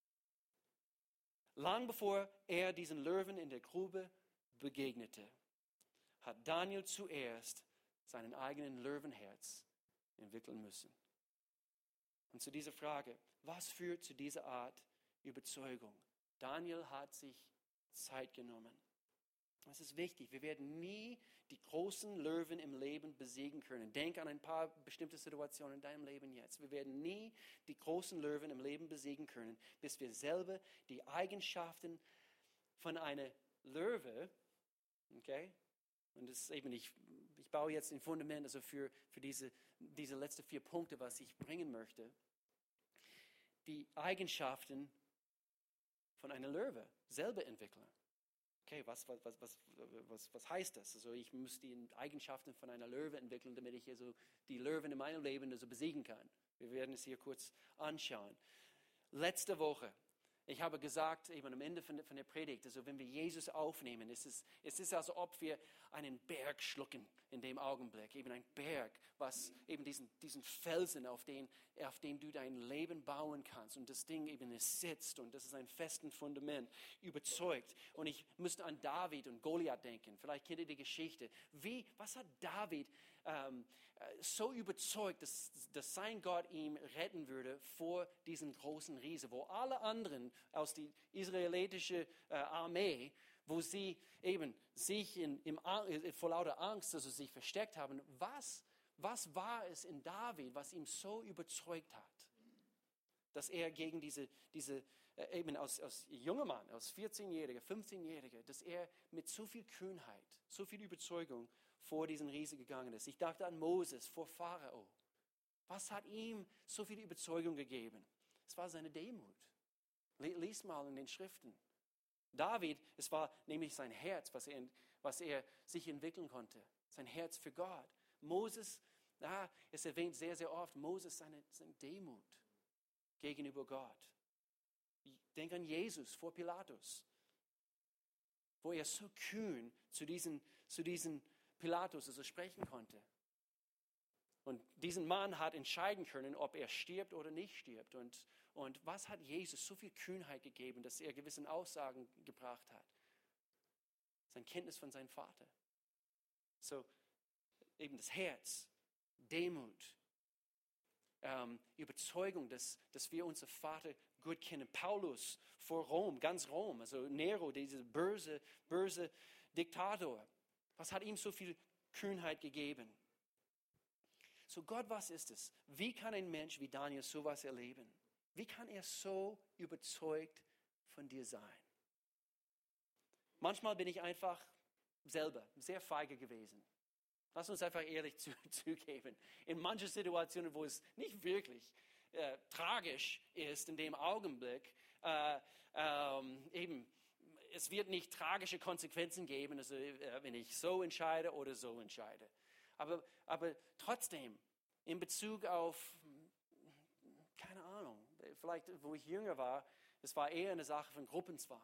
Speaker 1: Lang bevor er diesen Löwen in der Grube begegnete, hat Daniel zuerst seinen eigenen Löwenherz entwickeln müssen. Und zu dieser Frage, was führt zu dieser Art Überzeugung? Daniel hat sich Zeit genommen. Das ist wichtig. Wir werden nie die großen Löwen im Leben besiegen können. Denk an ein paar bestimmte Situationen in deinem Leben jetzt. Wir werden nie die großen Löwen im Leben besiegen können, bis wir selber die Eigenschaften von einer Löwe, okay, und das ist eben, ich, ich baue jetzt ein Fundament also für, für diese, diese letzten vier Punkte, was ich bringen möchte. Die Eigenschaften von einer Löwe selber entwickeln. Okay, was, was, was, was, was, was heißt das? Also ich muss die Eigenschaften von einer Löwe entwickeln, damit ich also die Löwen in meinem Leben also besiegen kann. Wir werden es hier kurz anschauen. Letzte Woche, ich habe gesagt, eben am Ende von der, von der Predigt, also wenn wir Jesus aufnehmen, es ist, es ist, als ob wir einen Berg schlucken in dem Augenblick. Eben ein Berg, was eben diesen, diesen Felsen, auf den, auf den du dein Leben bauen kannst. Und das Ding eben es sitzt und das ist ein festes Fundament, überzeugt. Und ich musste an David und Goliath denken. Vielleicht kennt ihr die Geschichte. Wie, was hat David ähm, so überzeugt, dass, dass sein Gott ihn retten würde vor diesen großen Riesen, wo alle anderen aus der israelitischen äh, Armee, wo sie eben sich in, im, vor lauter Angst also sich versteckt haben. Was, was war es in David, was ihn so überzeugt hat, dass er gegen diese, diese äh, eben als, als junger Mann, als vierzehnjähriger, fünfzehnjähriger, dass er mit so viel Kühnheit, so viel Überzeugung vor diesen Riesen gegangen ist. Ich dachte an Moses vor Pharao. Was hat ihm so viel Überzeugung gegeben? Es war seine Demut. Lies mal in den Schriften. David, es war nämlich sein Herz, was er, was er sich entwickeln konnte. Sein Herz für Gott. Moses, ah, es erwähnt sehr, sehr oft, Moses seine, seine Demut gegenüber Gott. Denk an Jesus vor Pilatus, wo er so kühn zu diesen, zu diesen Pilatus also sprechen konnte. Und diesen Mann hat entscheiden können, ob er stirbt oder nicht stirbt. Und, und was hat Jesus so viel Kühnheit gegeben, dass er gewissen Aussagen gebracht hat? Sein Kenntnis von seinem Vater. So, eben das Herz, Demut, ähm, Überzeugung, dass, dass wir unseren Vater gut kennen. Paulus vor Rom, ganz Rom, also Nero, dieser böse, böse Diktator. Was hat ihm so viel Kühnheit gegeben? So Gott, was ist es? Wie kann ein Mensch wie Daniel sowas erleben? Wie kann er so überzeugt von dir sein? Manchmal bin ich einfach selber sehr feige gewesen. Lass uns einfach ehrlich zu, zugeben. In manchen Situationen, wo es nicht wirklich äh, tragisch ist in dem Augenblick, äh, ähm, eben, es wird nicht tragische Konsequenzen geben, also, äh, wenn ich so entscheide oder so entscheide. Aber, aber trotzdem, in Bezug auf, keine Ahnung, vielleicht wo ich jünger war, es war eher eine Sache von Gruppenzwang.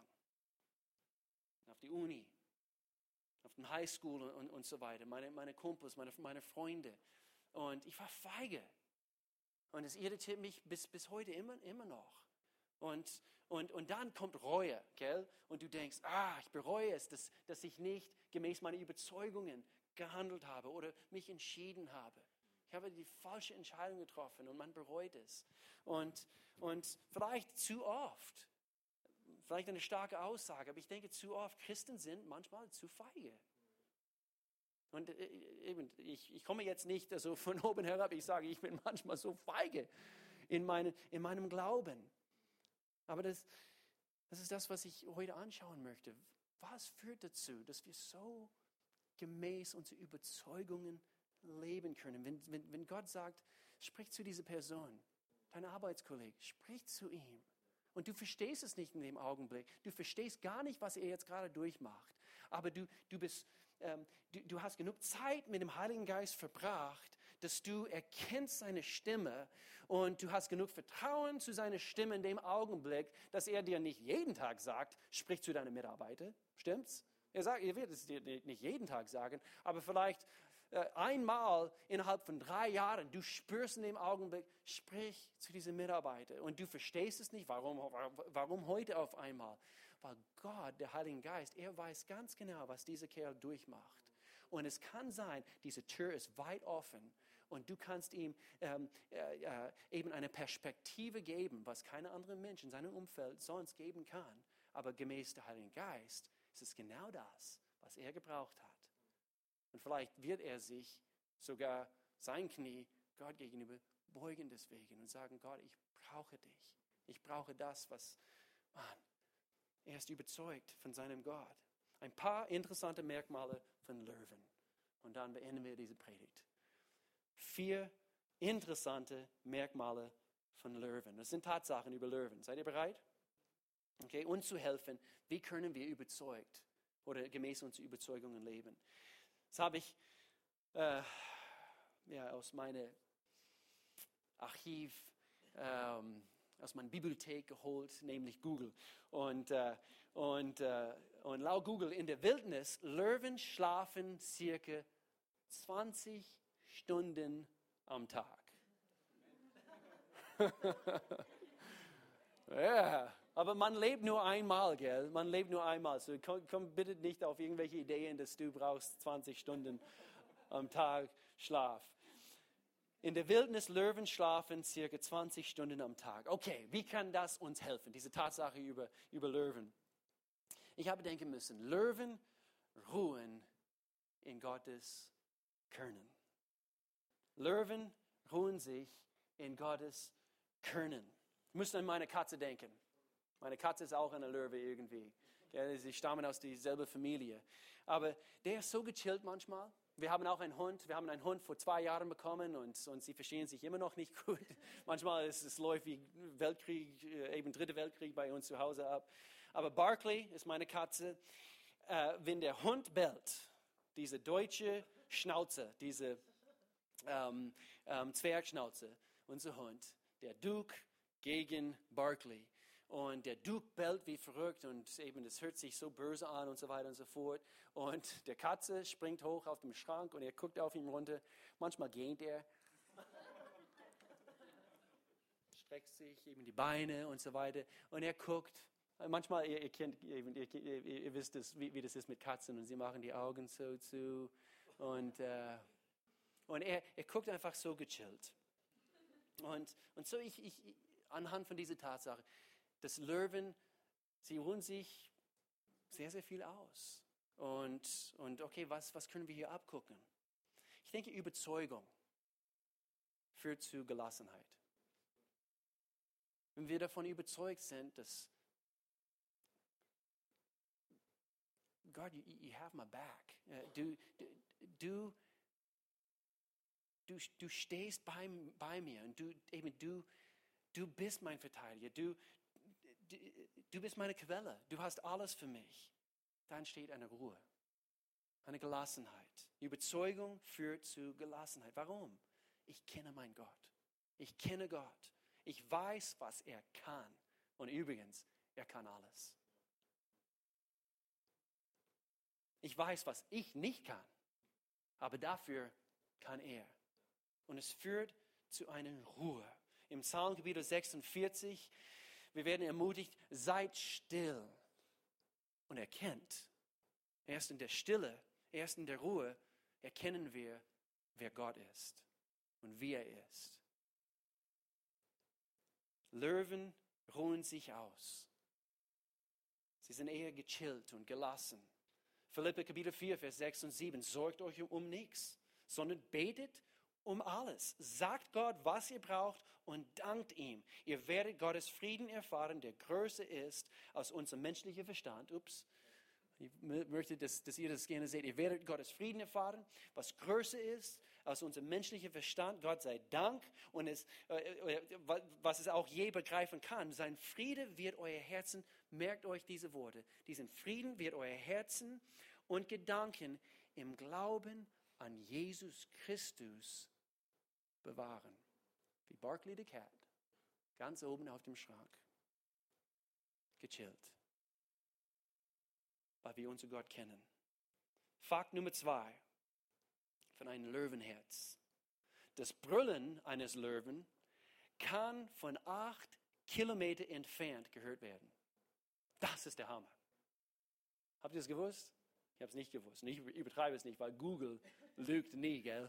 Speaker 1: Auf die Uni, auf den Highschool und, und so weiter. Meine, meine Kumpels, meine, meine Freunde. Und ich war feige. Und es irritiert mich bis, bis heute immer, immer noch. Und, und, und dann kommt Reue, gell? Und du denkst, ah, ich bereue es, dass, dass ich nicht gemäß meiner Überzeugungen gehandelt habe oder mich entschieden habe. Ich habe die falsche Entscheidung getroffen und man bereut es. Und, und vielleicht zu oft, vielleicht eine starke Aussage, aber ich denke zu oft, Christen sind manchmal zu feige. Und eben, ich, ich komme jetzt nicht also von oben herab, ich sage, ich bin manchmal so feige in, meine, in meinem Glauben. Aber das, das ist das, was ich heute anschauen möchte. Was führt dazu, dass wir so gemäß unseren Überzeugungen leben können? Wenn, wenn, wenn Gott sagt, sprich zu dieser Person, dein Arbeitskollege, sprich zu ihm. Und du verstehst es nicht in dem Augenblick. Du verstehst gar nicht, was er jetzt gerade durchmacht. Aber du, du, bist, ähm, du, du hast genug Zeit mit dem Heiligen Geist verbracht, dass du erkennst seine Stimme und du hast genug Vertrauen zu seiner Stimme in dem Augenblick, dass er dir nicht jeden Tag sagt, sprich zu deinen Mitarbeitern. Stimmt's? Er sagt, er wird es dir nicht jeden Tag sagen, aber vielleicht äh, einmal innerhalb von drei Jahren, du spürst in dem Augenblick, sprich zu diesem Mitarbeiter und du verstehst es nicht, warum, warum heute auf einmal? Weil Gott, der Heilige Geist, er weiß ganz genau, was dieser Kerl durchmacht. Und es kann sein, diese Tür ist weit offen und du kannst ihm ähm, äh, äh, eben eine Perspektive geben, was keine andere Mensch in seinem Umfeld sonst geben kann. Aber gemäß der Heiligen Geist ist es genau das, was er gebraucht hat. Und vielleicht wird er sich sogar sein Knie Gott gegenüber beugen deswegen und sagen, Gott, ich brauche dich. Ich brauche das, was, Mann, er ist überzeugt von seinem Gott. Ein paar interessante Merkmale von Löwen. Und dann beenden wir diese Predigt. Vier interessante Merkmale von Löwen. Das sind Tatsachen über Löwen. Seid ihr bereit? Okay, uns zu helfen, wie können wir überzeugt oder gemäß unserer Überzeugungen leben. Das habe ich äh, ja, aus meinem Archiv, ähm, aus meiner Bibliothek geholt, nämlich Google. Und, äh, und, äh, und laut Google in der Wildnis, Löwen schlafen circa zwanzig Stunden am Tag. Ja, aber man lebt nur einmal, gell? Man lebt nur einmal. So komm, komm bitte nicht auf irgendwelche Ideen, dass du brauchst zwanzig Stunden am Tag Schlaf. In der Wildnis Löwen schlafen circa zwanzig Stunden am Tag. Okay, wie kann das uns helfen, diese Tatsache über, über Löwen? Ich habe denken müssen, Löwen ruhen in Gottes Körnern. Löwen ruhen sich in Gottes Körnern. Ich muss an meine Katze denken. Meine Katze ist auch eine Löwe irgendwie. Sie stammen aus derselben Familie. Aber der ist so gechillt manchmal. Wir haben auch einen Hund. Wir haben einen Hund vor zwei Jahren bekommen und, und sie verstehen sich immer noch nicht gut. Manchmal ist es läuft wie Weltkrieg, eben Dritter Weltkrieg bei uns zu Hause ab. Aber Barkley ist meine Katze. Äh, wenn der Hund bellt, diese deutsche Schnauze, diese ähm, ähm, Zwergschnauze, unser Hund, der Duke gegen Barkley. Und der Duke bellt wie verrückt und eben das hört sich so böse an und so weiter und so fort. Und der Katze springt hoch auf den Schrank und er guckt auf ihn runter. Manchmal gähnt er, streckt sich eben die Beine und so weiter. Und er guckt. Manchmal, ihr, ihr kennt, ihr, ihr, ihr wisst es, wie, wie das ist mit Katzen und sie machen die Augen so zu. Und, äh, und er, er guckt einfach so gechillt. Und, und so ich, ich, anhand von dieser Tatsache, dass Löwen, sie ruhen sich sehr, sehr viel aus. Und, und okay, was, was können wir hier abgucken? Ich denke, Überzeugung führt zu Gelassenheit. Wenn wir davon überzeugt sind, dass God, you, you have my back. Du, du, du, du stehst bei, bei mir und du, eben, du, du bist mein Verteidiger. Du, du, du bist meine Quelle. Du hast alles für mich. Da entsteht eine Ruhe, eine Gelassenheit. Überzeugung führt zu Gelassenheit. Warum? Ich kenne meinen Gott. Ich kenne Gott. Ich weiß, was er kann. Und übrigens, er kann alles. Ich weiß, was ich nicht kann, aber dafür kann er. Und es führt zu einer Ruhe. Im Psalm Kapitel sechsundvierzig, wir werden ermutigt, seid still und erkennt. Erst in der Stille, erst in der Ruhe erkennen wir, wer Gott ist und wie er ist. Löwen ruhen sich aus. Sie sind eher gechillt und gelassen. Philipper Kapitel vier, Vers sechs und sieben. Sorgt euch um nichts, sondern betet um alles. Sagt Gott, was ihr braucht und dankt ihm. Ihr werdet Gottes Frieden erfahren, der größer ist als unser menschlicher Verstand. Ups. Ich möchte, dass, dass ihr das gerne seht. Ihr werdet Gottes Frieden erfahren, was größer ist als unser menschlicher Verstand. Gott sei Dank. Und es, äh, was es auch je begreifen kann. Sein Friede wird euer Herzen, merkt euch diese Worte, diesen Frieden wird euer Herzen und Gedanken im Glauben an Jesus Christus bewahren. Wie Barkley the Cat, ganz oben auf dem Schrank, gechillt. weil wir unseren Gott kennen. Fakt Nummer zwei von einem Löwenherz. Das Brüllen eines Löwen kann von acht Kilometer entfernt gehört werden. Das ist der Hammer. Habt ihr das gewusst? Ich habe es nicht gewusst. Ich übertreibe es nicht, weil Google lügt nie, gell?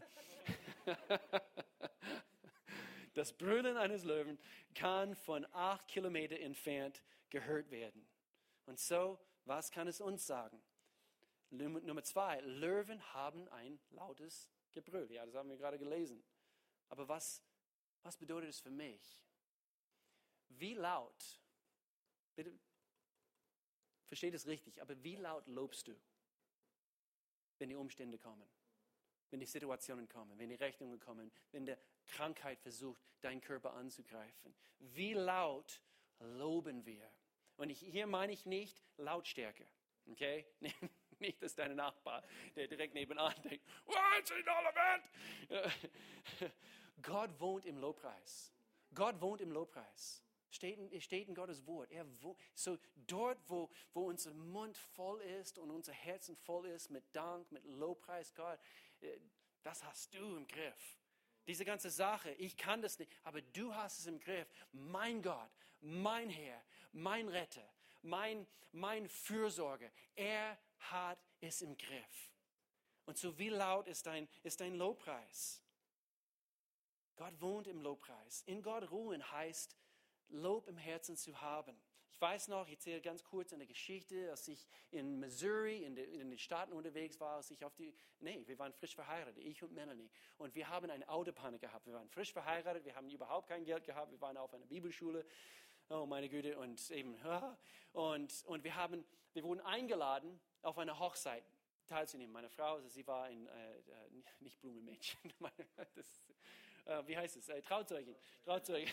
Speaker 1: Das Brüllen eines Löwen kann von acht Kilometer entfernt gehört werden. Und so, was kann es uns sagen? Nummer zwei, Löwen haben ein lautes Gebrüll. Ja, das haben wir gerade gelesen. Aber was, was bedeutet es für mich? Wie laut, bitte, versteht es richtig, aber wie laut lobst du, wenn die Umstände kommen, wenn die Situationen kommen, wenn die Rechnungen kommen, wenn die Krankheit versucht, deinen Körper anzugreifen? Wie laut loben wir? Und ich, hier meine ich nicht Lautstärke, okay? Nicht, dass dein Nachbar, der direkt nebenan denkt, what's in all of it? Gott wohnt im Lobpreis. Gott wohnt im Lobpreis. Steht in, steht in Gottes Wort. Er wo, so dort, wo, wo unser Mund voll ist und unser Herzen voll ist mit Dank, mit Lobpreis, Gott, das hast du im Griff. Diese ganze Sache, ich kann das nicht, aber du hast es im Griff. Mein Gott, mein Herr, mein Retter, mein, mein Fürsorger, er hat es im Griff. Und so wie laut ist dein, ist dein Lobpreis? Gott wohnt im Lobpreis. In Gott ruhen heißt, Lob im Herzen zu haben. Ich weiß noch, ich erzähle ganz kurz eine Geschichte, als ich in Missouri, in, de, in den Staaten unterwegs war, als ich auf die, nee, wir waren frisch verheiratet, ich und Melanie. Und wir haben eine Autopanne gehabt. Wir waren frisch verheiratet, wir haben überhaupt kein Geld gehabt, wir waren auf einer Bibelschule. Oh meine Güte, und eben, und, und wir haben, wir wurden eingeladen, auf einer Hochzeit teilzunehmen. Meine Frau, also sie war ein, äh, nicht Blumenmädchen, das, äh, wie heißt es, äh, Trauzeugin, Trauzeugin.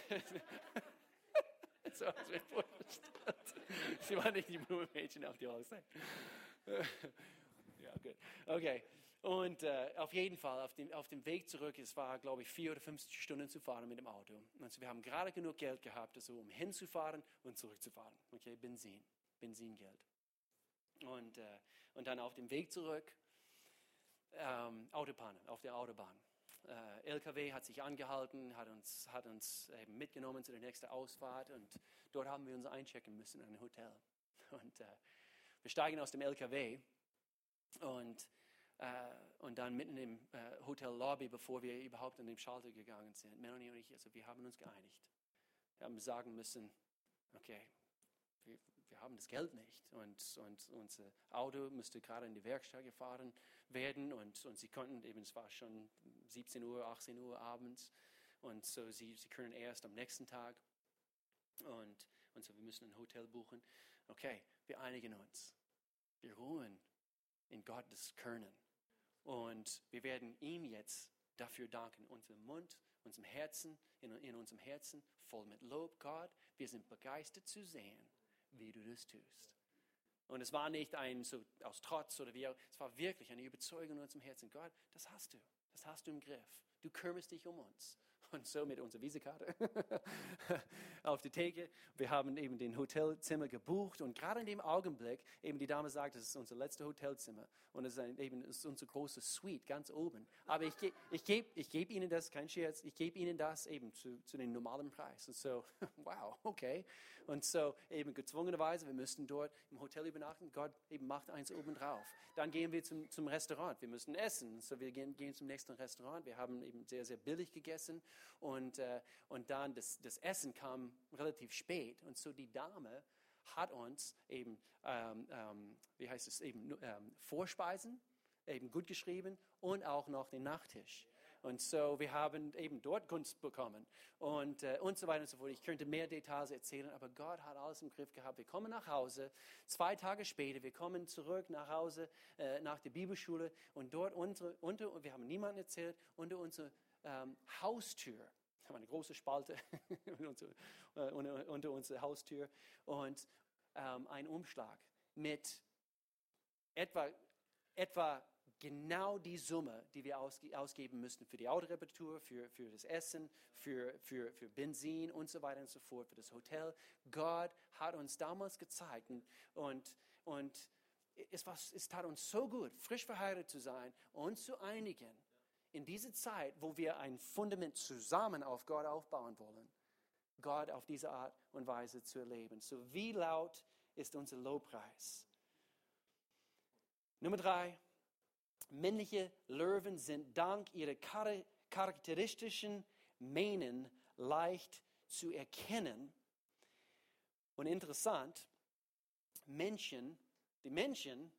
Speaker 1: So, sie war nicht die Blumenmädchen auf die Hochzeit. Ja, gut. Okay. Und äh, auf jeden Fall, auf dem, auf dem Weg zurück, es war, glaube ich, vier oder fünf Stunden zu fahren mit dem Auto. Also wir haben gerade genug Geld gehabt, also, um hinzufahren und zurückzufahren. Okay, Benzin, Benzingeld. Und, äh, und dann auf dem Weg zurück, ähm, Autobahn, auf der Autobahn. Äh, L K W hat sich angehalten, hat uns, hat uns eben mitgenommen zu der nächsten Ausfahrt und dort haben wir uns einchecken müssen in ein Hotel. Und äh, wir steigen aus dem L K W und, äh, und dann mitten im äh, Hotel-Lobby, bevor wir überhaupt an den Schalter gegangen sind, Melanie und ich, also wir haben uns geeinigt. Wir haben sagen müssen, okay, wir, wir haben das Geld nicht und, und unser Auto musste gerade in die Werkstatt gefahren werden und, und sie konnten eben, es war schon siebzehn Uhr, achtzehn Uhr abends und so sie, sie können erst am nächsten Tag und, und so wir müssen ein Hotel buchen. Okay, wir einigen uns. Wir ruhen in Gottes Können und wir werden ihm jetzt dafür danken. Unser Mund, unserem Herzen, in, in unserem Herzen voll mit Lob, Gott, wir sind begeistert zu sehen, wie du das tust. Und es war nicht ein so aus Trotz oder wie auch, es war wirklich eine Überzeugung in unserem Herzen. Gott, das hast du, das hast du im Griff. Du kümmerst dich um uns. Und so mit unserer Visikarte auf die Theke. Wir haben eben den Hotelzimmer gebucht und gerade in dem Augenblick, eben die Dame sagt, das ist unser letztes Hotelzimmer und es ist ein, eben ist unsere große Suite ganz oben. Aber ich, ge, ich gebe ich geb Ihnen das, kein Scherz, ich gebe Ihnen das eben zu, zu dem normalen Preis. Und so, wow, okay. Und so eben gezwungenerweise, wir müssten dort im Hotel übernachten. Gott eben macht eins oben drauf. Dann gehen wir zum, zum Restaurant. Wir müssen essen. So wir gehen, gehen zum nächsten Restaurant. Wir haben eben sehr, sehr billig gegessen. Und, äh, und dann das, das Essen kam relativ spät. Und so die Dame hat uns eben, ähm, ähm, wie heißt es, eben ähm, Vorspeisen, eben gut geschrieben und auch noch den Nachtisch. Und so, wir haben eben dort Gunst bekommen und, äh, und so weiter und so fort. Ich könnte mehr Details erzählen, aber Gott hat alles im Griff gehabt. Wir kommen nach Hause, zwei Tage später, wir kommen zurück nach Hause, äh, nach der Bibelschule und dort unsere, unter, wir haben niemandem erzählt, unter unserer ähm, Haustür, wir haben eine große Spalte unter, äh, unter, unter unserer Haustür und ähm, ein Umschlag mit etwa, etwa genau die Summe, die wir ausge- ausgeben müssten für die Autoreparatur, für, für das Essen, für, für, für Benzin und so weiter und so fort, für das Hotel. Gott hat uns damals gezeigt und, und, und es, war, es tat uns so gut, frisch verheiratet zu sein und zu einigen in diese Zeit, wo wir ein Fundament zusammen auf Gott aufbauen wollen, Gott auf diese Art und Weise zu erleben. So wie laut ist unser Lobpreis? Nummer drei, männliche Löwen sind dank ihrer char- charakteristischen Mähnen leicht zu erkennen. Und interessant, Menschen, die Menschen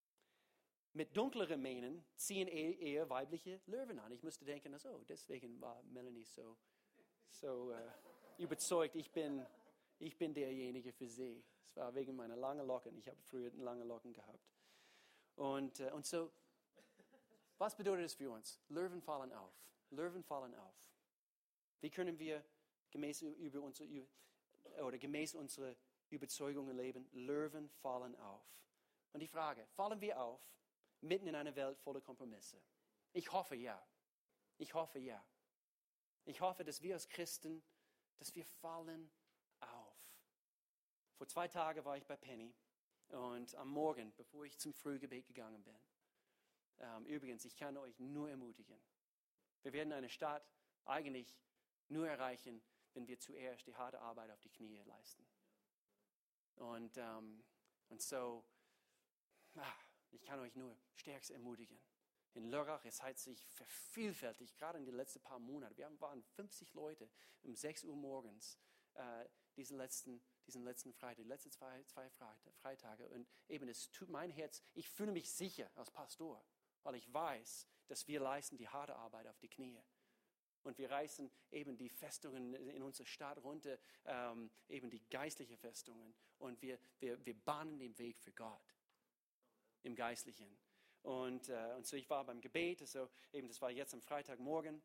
Speaker 1: mit dunkleren Mähnen ziehen eher, eher weibliche Löwen an. Ich musste denken, so, deswegen war Melanie so, so äh, überzeugt, ich bin, ich bin derjenige für sie. Es war wegen meiner langen Locken. Ich habe früher lange Locken gehabt. Und, äh, und so, was bedeutet es für uns? Löwen fallen auf. Löwen fallen auf. Wie können wir gemäß, über unsere, oder gemäß unserer Überzeugungen leben? Löwen fallen auf. Und die Frage, fallen wir auf mitten in einer Welt voller Kompromisse? Ich hoffe ja. Ich hoffe ja. Ich hoffe, dass wir als Christen, dass wir fallen auf. Vor zwei Tagen war ich bei Penny und am Morgen, bevor ich zum Frühgebet gegangen bin, ähm, übrigens, ich kann euch nur ermutigen, wir werden eine Stadt eigentlich nur erreichen, wenn wir zuerst die harte Arbeit auf die Knie leisten. Und, ähm, und so, ah, ich kann euch nur stärkst ermutigen. In Lörrach, es hat sich vervielfältigt, gerade in den letzten paar Monaten. Wir waren fünfzig Leute um sechs Uhr morgens, äh, diesen letzten, diesen letzten Freitag, die letzten zwei, zwei Freitage. Und eben, es tut mein Herz, ich fühle mich sicher als Pastor, weil ich weiß, dass wir leisten die harte Arbeit auf die Knie. Und wir reißen eben die Festungen in unserer Stadt runter, ähm, eben die geistlichen Festungen. Und wir, wir, wir bahnen den Weg für Gott im Geistlichen. Und, äh, und so ich war beim Gebet, also eben das war jetzt am Freitagmorgen.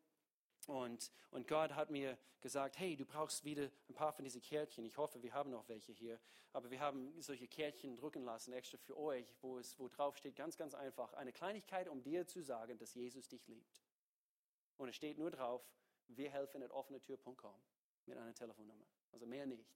Speaker 1: Und, und Gott hat mir gesagt, hey, du brauchst wieder ein paar von diesen Kärtchen. Ich hoffe, wir haben noch welche hier. Aber wir haben solche Kärtchen drucken lassen, extra für euch, wo es wo drauf steht, ganz, ganz einfach, eine Kleinigkeit, um dir zu sagen, dass Jesus dich liebt. Und es steht nur drauf, wir helfen at offene tür punkt com mit einer Telefonnummer. Also mehr nicht.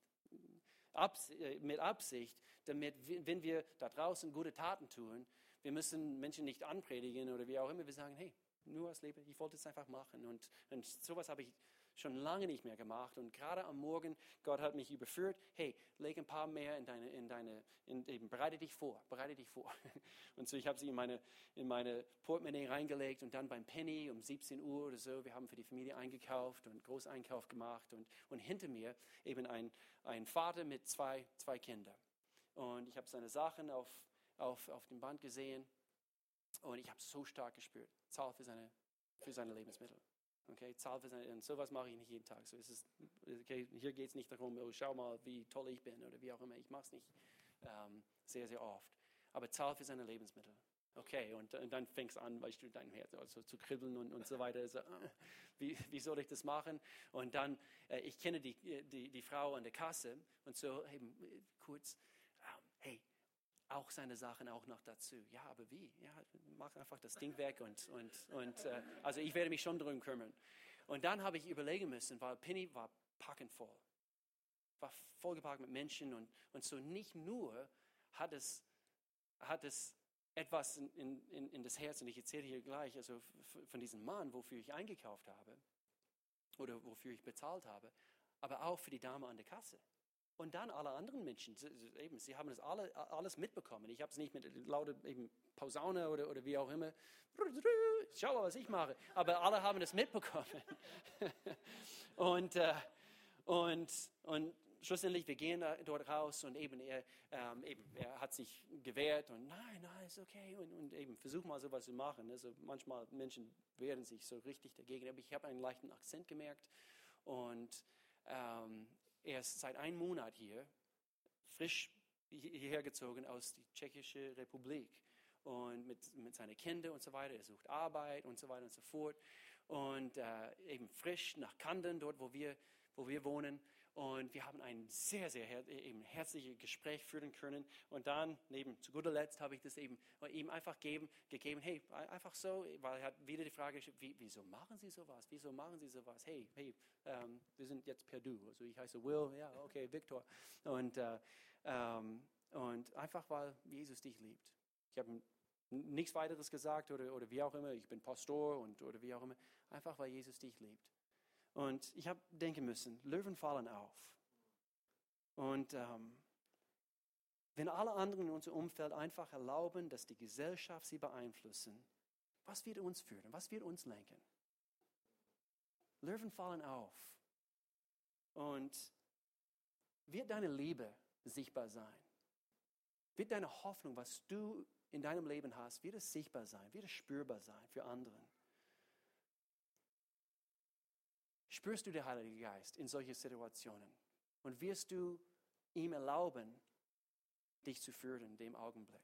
Speaker 1: Abs- äh, mit Absicht, damit, wenn wir da draußen gute Taten tun, wir müssen Menschen nicht anpredigen oder wie auch immer. Wir sagen, hey, nur als Leben, ich wollte es einfach machen. Und, und sowas habe ich schon lange nicht mehr gemacht. Und gerade am Morgen, Gott hat mich überführt, hey, leg ein paar mehr in deine, in deine, in, eben, bereite dich vor, bereite dich vor. Und so, ich habe sie in meine, in meine Portemonnaie reingelegt und dann beim Penny um siebzehn Uhr oder so, wir haben für die Familie eingekauft und Großeinkauf gemacht. Und, und hinter mir eben ein, ein Vater mit zwei, zwei Kindern. Und ich habe seine Sachen auf, auf, auf dem Band gesehen und ich habe so stark gespürt, Zahl für seine, für seine Lebensmittel. Okay, Zahl für seine, und sowas mache ich nicht jeden Tag. So ist es, okay, hier geht es nicht darum, oh, schau mal, wie toll ich bin oder wie auch immer. Ich mache es nicht ähm, sehr, sehr oft. Aber Zahl für seine Lebensmittel. Okay, und, und dann fängst du an, weißt du, dein Herz also zu kribbeln und, und so weiter. So, äh, wie, wie soll ich das machen? Und dann, äh, ich kenne die, die, die Frau an der Kasse und so eben kurz, ähm, hey, auch seine Sachen auch noch dazu. Ja, aber wie? Ja, mach einfach das Ding weg und, und, und äh, also ich werde mich schon darum kümmern. Und dann habe ich überlegen müssen, weil Penny war packend voll. War vollgepackt mit Menschen und, und so nicht nur hat es, hat es etwas in, in, in das Herz, und ich erzähle hier gleich, also von diesem Mann, wofür ich eingekauft habe oder wofür ich bezahlt habe, aber auch für die Dame an der Kasse. Und dann alle anderen Menschen, eben, sie haben das alle, alles mitbekommen. Ich habe es nicht mit lauter eben Posaune oder, oder wie auch immer. Schau mal, was ich mache. Aber alle haben es mitbekommen. und, äh, und, und schlussendlich, wir gehen da, dort raus und eben er, ähm, eben er hat sich gewehrt und nein, nein, ist okay. Und, und eben versuch mal sowas zu machen. Also manchmal Menschen wehren sich so richtig dagegen. Aber ich habe einen leichten Akzent gemerkt und ähm, er ist seit einem Monat hier, frisch hierher gezogen aus der Tschechischen Republik und mit, mit seinen Kindern und so weiter. Er sucht Arbeit und so weiter und so fort. Und äh, eben frisch nach Kanden, dort wo wir, wo wir wohnen. Und wir haben ein sehr, sehr her- eben herzliches Gespräch führen können. Und dann, neben, zu guter Letzt, habe ich das eben ihm einfach geben, gegeben, hey, einfach so, weil er hat wieder die Frage gestellt, wie, wieso machen Sie sowas? Wieso machen Sie sowas? Hey, hey, ähm, wir sind jetzt per Du. Also ich heiße Will, ja, okay, Victor. Und, äh, ähm, und einfach, weil Jesus dich liebt. Ich habe nichts weiteres gesagt oder, oder wie auch immer. Ich bin Pastor und, oder wie auch immer. Einfach, weil Jesus dich liebt. Und ich habe denken müssen, Löwen fallen auf. Und ähm, wenn alle anderen in unserem Umfeld einfach erlauben, dass die Gesellschaft sie beeinflussen, was wird uns führen? Was wird uns lenken? Löwen fallen auf. Und wird deine Liebe sichtbar sein? Wird deine Hoffnung, was du in deinem Leben hast, wird es sichtbar sein? Wird es spürbar sein für andere? Spürst du den Heiligen Geist in solchen Situationen? Und wirst du ihm erlauben, dich zu führen in dem Augenblick?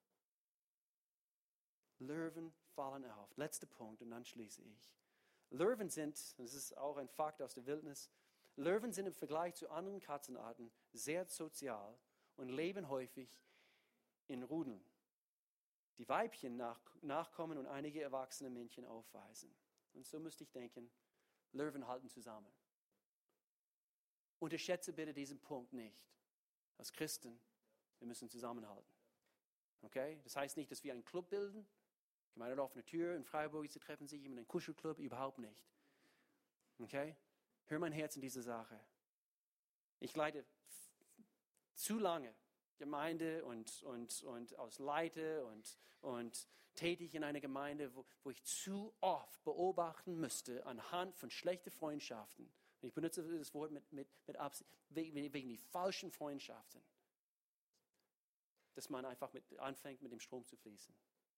Speaker 1: Löwen fallen auf. Letzter Punkt und dann schließe ich. Löwen sind, das ist auch ein Fakt aus der Wildnis, Löwen sind im Vergleich zu anderen Katzenarten sehr sozial und leben häufig in Rudeln, die Weibchen nach, nachkommen und einige erwachsene Männchen aufweisen. Und so müsste ich denken, Löwen halten zusammen. Unterschätze bitte diesen Punkt nicht. Als Christen, wir müssen zusammenhalten. Okay? Das heißt nicht, dass wir einen Club bilden. Gemeinde offene Tür in Freiburg, sie treffen sich in einem Kuschelclub, überhaupt nicht. Okay? Hör mein Herz in diese Sache. Ich leite f- zu lange Gemeinde und, und, und als Leiter und, und tätig in einer Gemeinde, wo, wo ich zu oft beobachten müsste anhand von schlechten Freundschaften. Ich benutze das Wort mit, mit, mit Absicht, wegen, wegen die falschen Freundschaften, dass man einfach mit, anfängt, mit dem Strom zu fließen.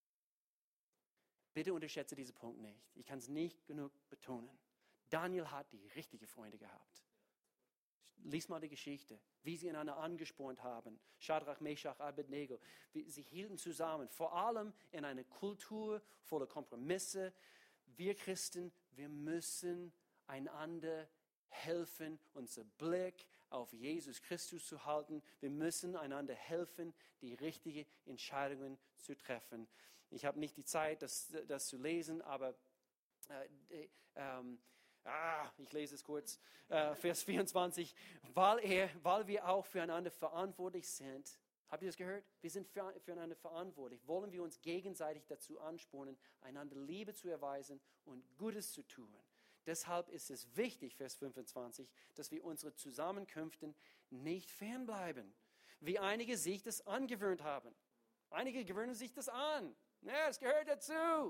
Speaker 1: Bitte unterschätze diesen Punkt nicht. Ich kann es nicht genug betonen. Daniel hat die richtigen Freunde gehabt. Lies mal die Geschichte, wie sie einander angespornt haben. Shadrach, Meshach, Abednego. Sie hielten zusammen, vor allem in einer Kultur voller Kompromisse. Wir Christen, wir müssen einander helfen, unser Blick auf Jesus Christus zu halten. Wir müssen einander helfen, die richtigen Entscheidungen zu treffen. Ich habe nicht die Zeit, das, das zu lesen, aber äh, ähm, ah, ich lese es kurz, äh, Vers vierundzwanzig, weil, er, weil wir auch füreinander verantwortlich sind. Habt ihr das gehört? Wir sind für, füreinander verantwortlich. Wollen wir uns gegenseitig dazu anspornen, einander Liebe zu erweisen und Gutes zu tun. Deshalb ist es wichtig, Vers fünfundzwanzig, dass wir unsere Zusammenkünften nicht fernbleiben, wie einige sich das angewöhnt haben. Einige gewöhnen sich das an. Ja, das gehört dazu.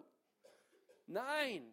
Speaker 1: Nein.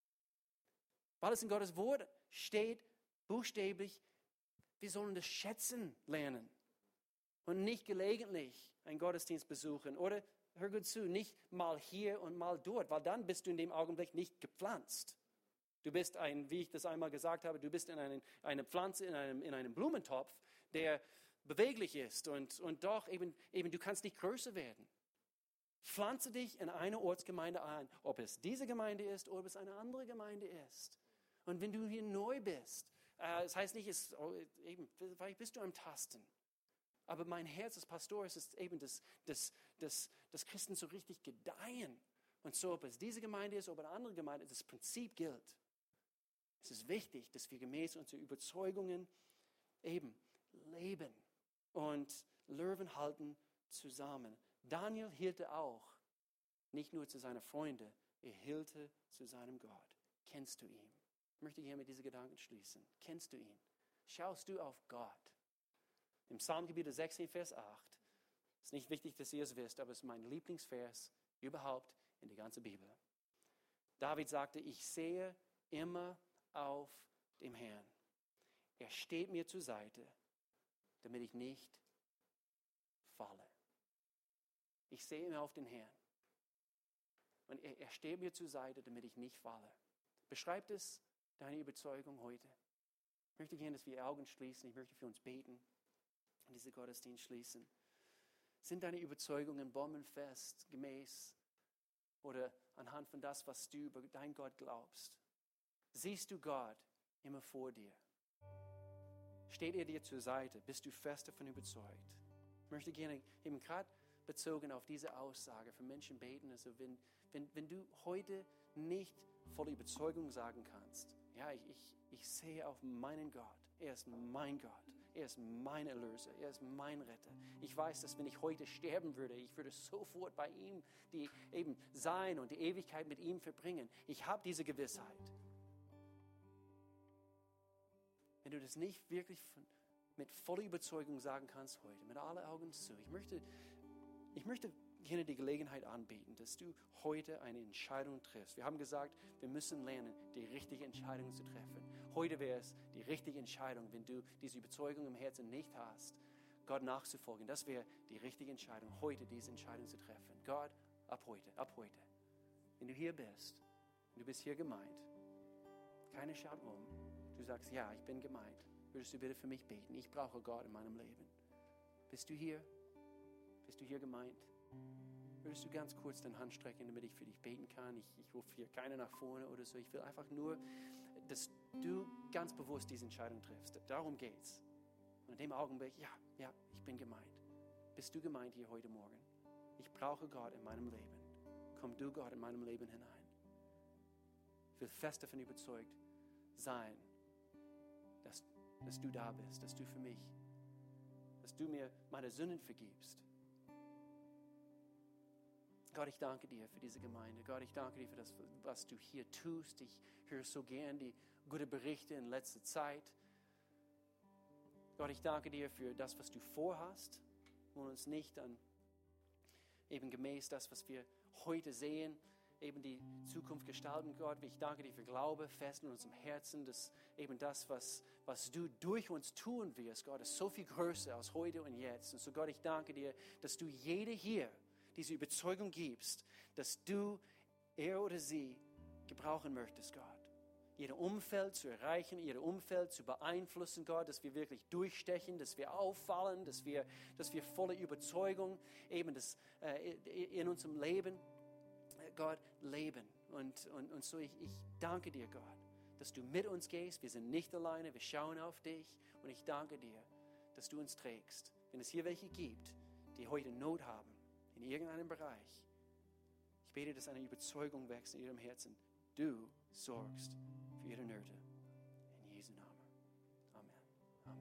Speaker 1: Weil es in Gottes Wort steht, buchstäblich, wir sollen das schätzen lernen. Und nicht gelegentlich einen Gottesdienst besuchen. Oder, hör gut zu, nicht mal hier und mal dort, weil dann bist du in dem Augenblick nicht gepflanzt. Du bist ein, wie ich das einmal gesagt habe, du bist in einen, eine Pflanze, in einem, in einem Blumentopf, der beweglich ist. Und, und doch, eben, eben, du kannst nicht größer werden. Pflanze dich in eine Ortsgemeinde ein, ob es diese Gemeinde ist oder ob es eine andere Gemeinde ist. Und wenn du hier neu bist, äh, das heißt nicht, es, oh, eben, vielleicht bist du am Tasten. Aber mein Herz als Pastor ist es eben, dass, dass, dass, dass Christen so richtig gedeihen. Und so, ob es diese Gemeinde ist oder eine andere Gemeinde, das Prinzip gilt. Es ist wichtig, dass wir gemäß unseren Überzeugungen eben leben. Und Löwen halten zusammen. Daniel hielte auch nicht nur zu seinen Freunden, er hielte zu seinem Gott. Kennst du ihn? Ich möchte hier mit diesen Gedanken schließen. Kennst du ihn? Schaust du auf Gott? Im Psalmkapitel sechzehn, Vers acht. Es ist nicht wichtig, dass ihr es wisst, aber es ist mein Lieblingsvers überhaupt in der ganzen Bibel. David sagte, ich sehe immer auf dem Herrn. Er steht mir zur Seite, damit ich nicht falle. Ich sehe immer auf den Herrn. Und er, er steht mir zur Seite, damit ich nicht falle. Beschreibt es deine Überzeugung heute? Ich möchte gerne, dass wir Augen schließen. Ich möchte für uns beten und diesen Gottesdienst schließen. Sind deine Überzeugungen bombenfest, gemäß oder anhand von das, was du über dein Gott glaubst? Siehst du Gott immer vor dir? Steht er dir zur Seite? Bist du fest davon überzeugt? Ich möchte gerne eben gerade bezogen auf diese Aussage für Menschen beten. Also wenn, wenn, wenn du heute nicht voller Überzeugung sagen kannst, ja, ich, ich, ich sehe auf meinen Gott. Er ist mein Gott. er ist mein Erlöser, er ist mein Retter. Ich weiß, dass wenn ich heute sterben würde, ich würde sofort bei ihm die eben sein und die Ewigkeit mit ihm verbringen. Ich habe diese Gewissheit. Wenn du das nicht wirklich von, mit voller Überzeugung sagen kannst heute, mit allen Augen zu, ich möchte, ich möchte gerne die Gelegenheit anbieten, dass du heute eine Entscheidung triffst. Wir haben gesagt, wir müssen lernen, die richtige Entscheidung zu treffen. Heute wäre es die richtige Entscheidung, wenn du diese Überzeugung im Herzen nicht hast, Gott nachzufolgen. Das wäre die richtige Entscheidung, heute diese Entscheidung zu treffen. Gott, ab heute, ab heute. Wenn du hier bist, und du bist hier gemeint, keiner schaut um, du sagst, ja, ich bin gemeint, würdest du bitte für mich beten? Ich brauche Gott in meinem Leben. Bist du hier? Bist du hier gemeint? Würdest du ganz kurz deine Hand strecken, damit ich für dich beten kann? Ich, ich rufe hier keiner nach vorne oder so. Ich will einfach nur, dass du ganz bewusst diese Entscheidung triffst. Darum geht's. Und in dem Augenblick, ja, ja, ich bin gemeint. Bist du gemeint hier heute Morgen? Ich brauche Gott in meinem Leben. Komm du, Gott, in meinem Leben hinein. Ich will fest davon überzeugt sein, dass, dass du da bist, dass du für mich, dass du mir meine Sünden vergibst. Gott, ich danke dir für diese Gemeinde. Gott, ich danke dir für das, was du hier tust. Ich höre so gern die guten Berichte in letzter Zeit. Gott, ich danke dir für das, was du vorhast und uns nicht dann eben gemäß das, was wir heute sehen, eben die Zukunft gestalten. Gott, ich danke dir für Glaube, fest in unserem Herzen, dass eben das, was, was du durch uns tun wirst, Gott, ist so viel größer als heute und jetzt. Und so Gott, ich danke dir, dass du jede hier diese Überzeugung gibst, dass du er oder sie gebrauchen möchtest, Gott. Ihr Umfeld zu erreichen, ihr Umfeld zu beeinflussen, Gott, dass wir wirklich durchstechen, dass wir auffallen, dass wir, dass wir voller Überzeugung eben das, äh, in unserem Leben, äh, Gott, leben. Und, und, und so ich, ich danke dir, Gott, dass du mit uns gehst. Wir sind nicht alleine, wir schauen auf dich. Und ich danke dir, dass du uns trägst. Wenn es hier welche gibt, die heute Not haben, in irgendeinem Bereich. Ich bete, dass eine Überzeugung wächst in ihrem Herzen. Du sorgst für ihre Nöte.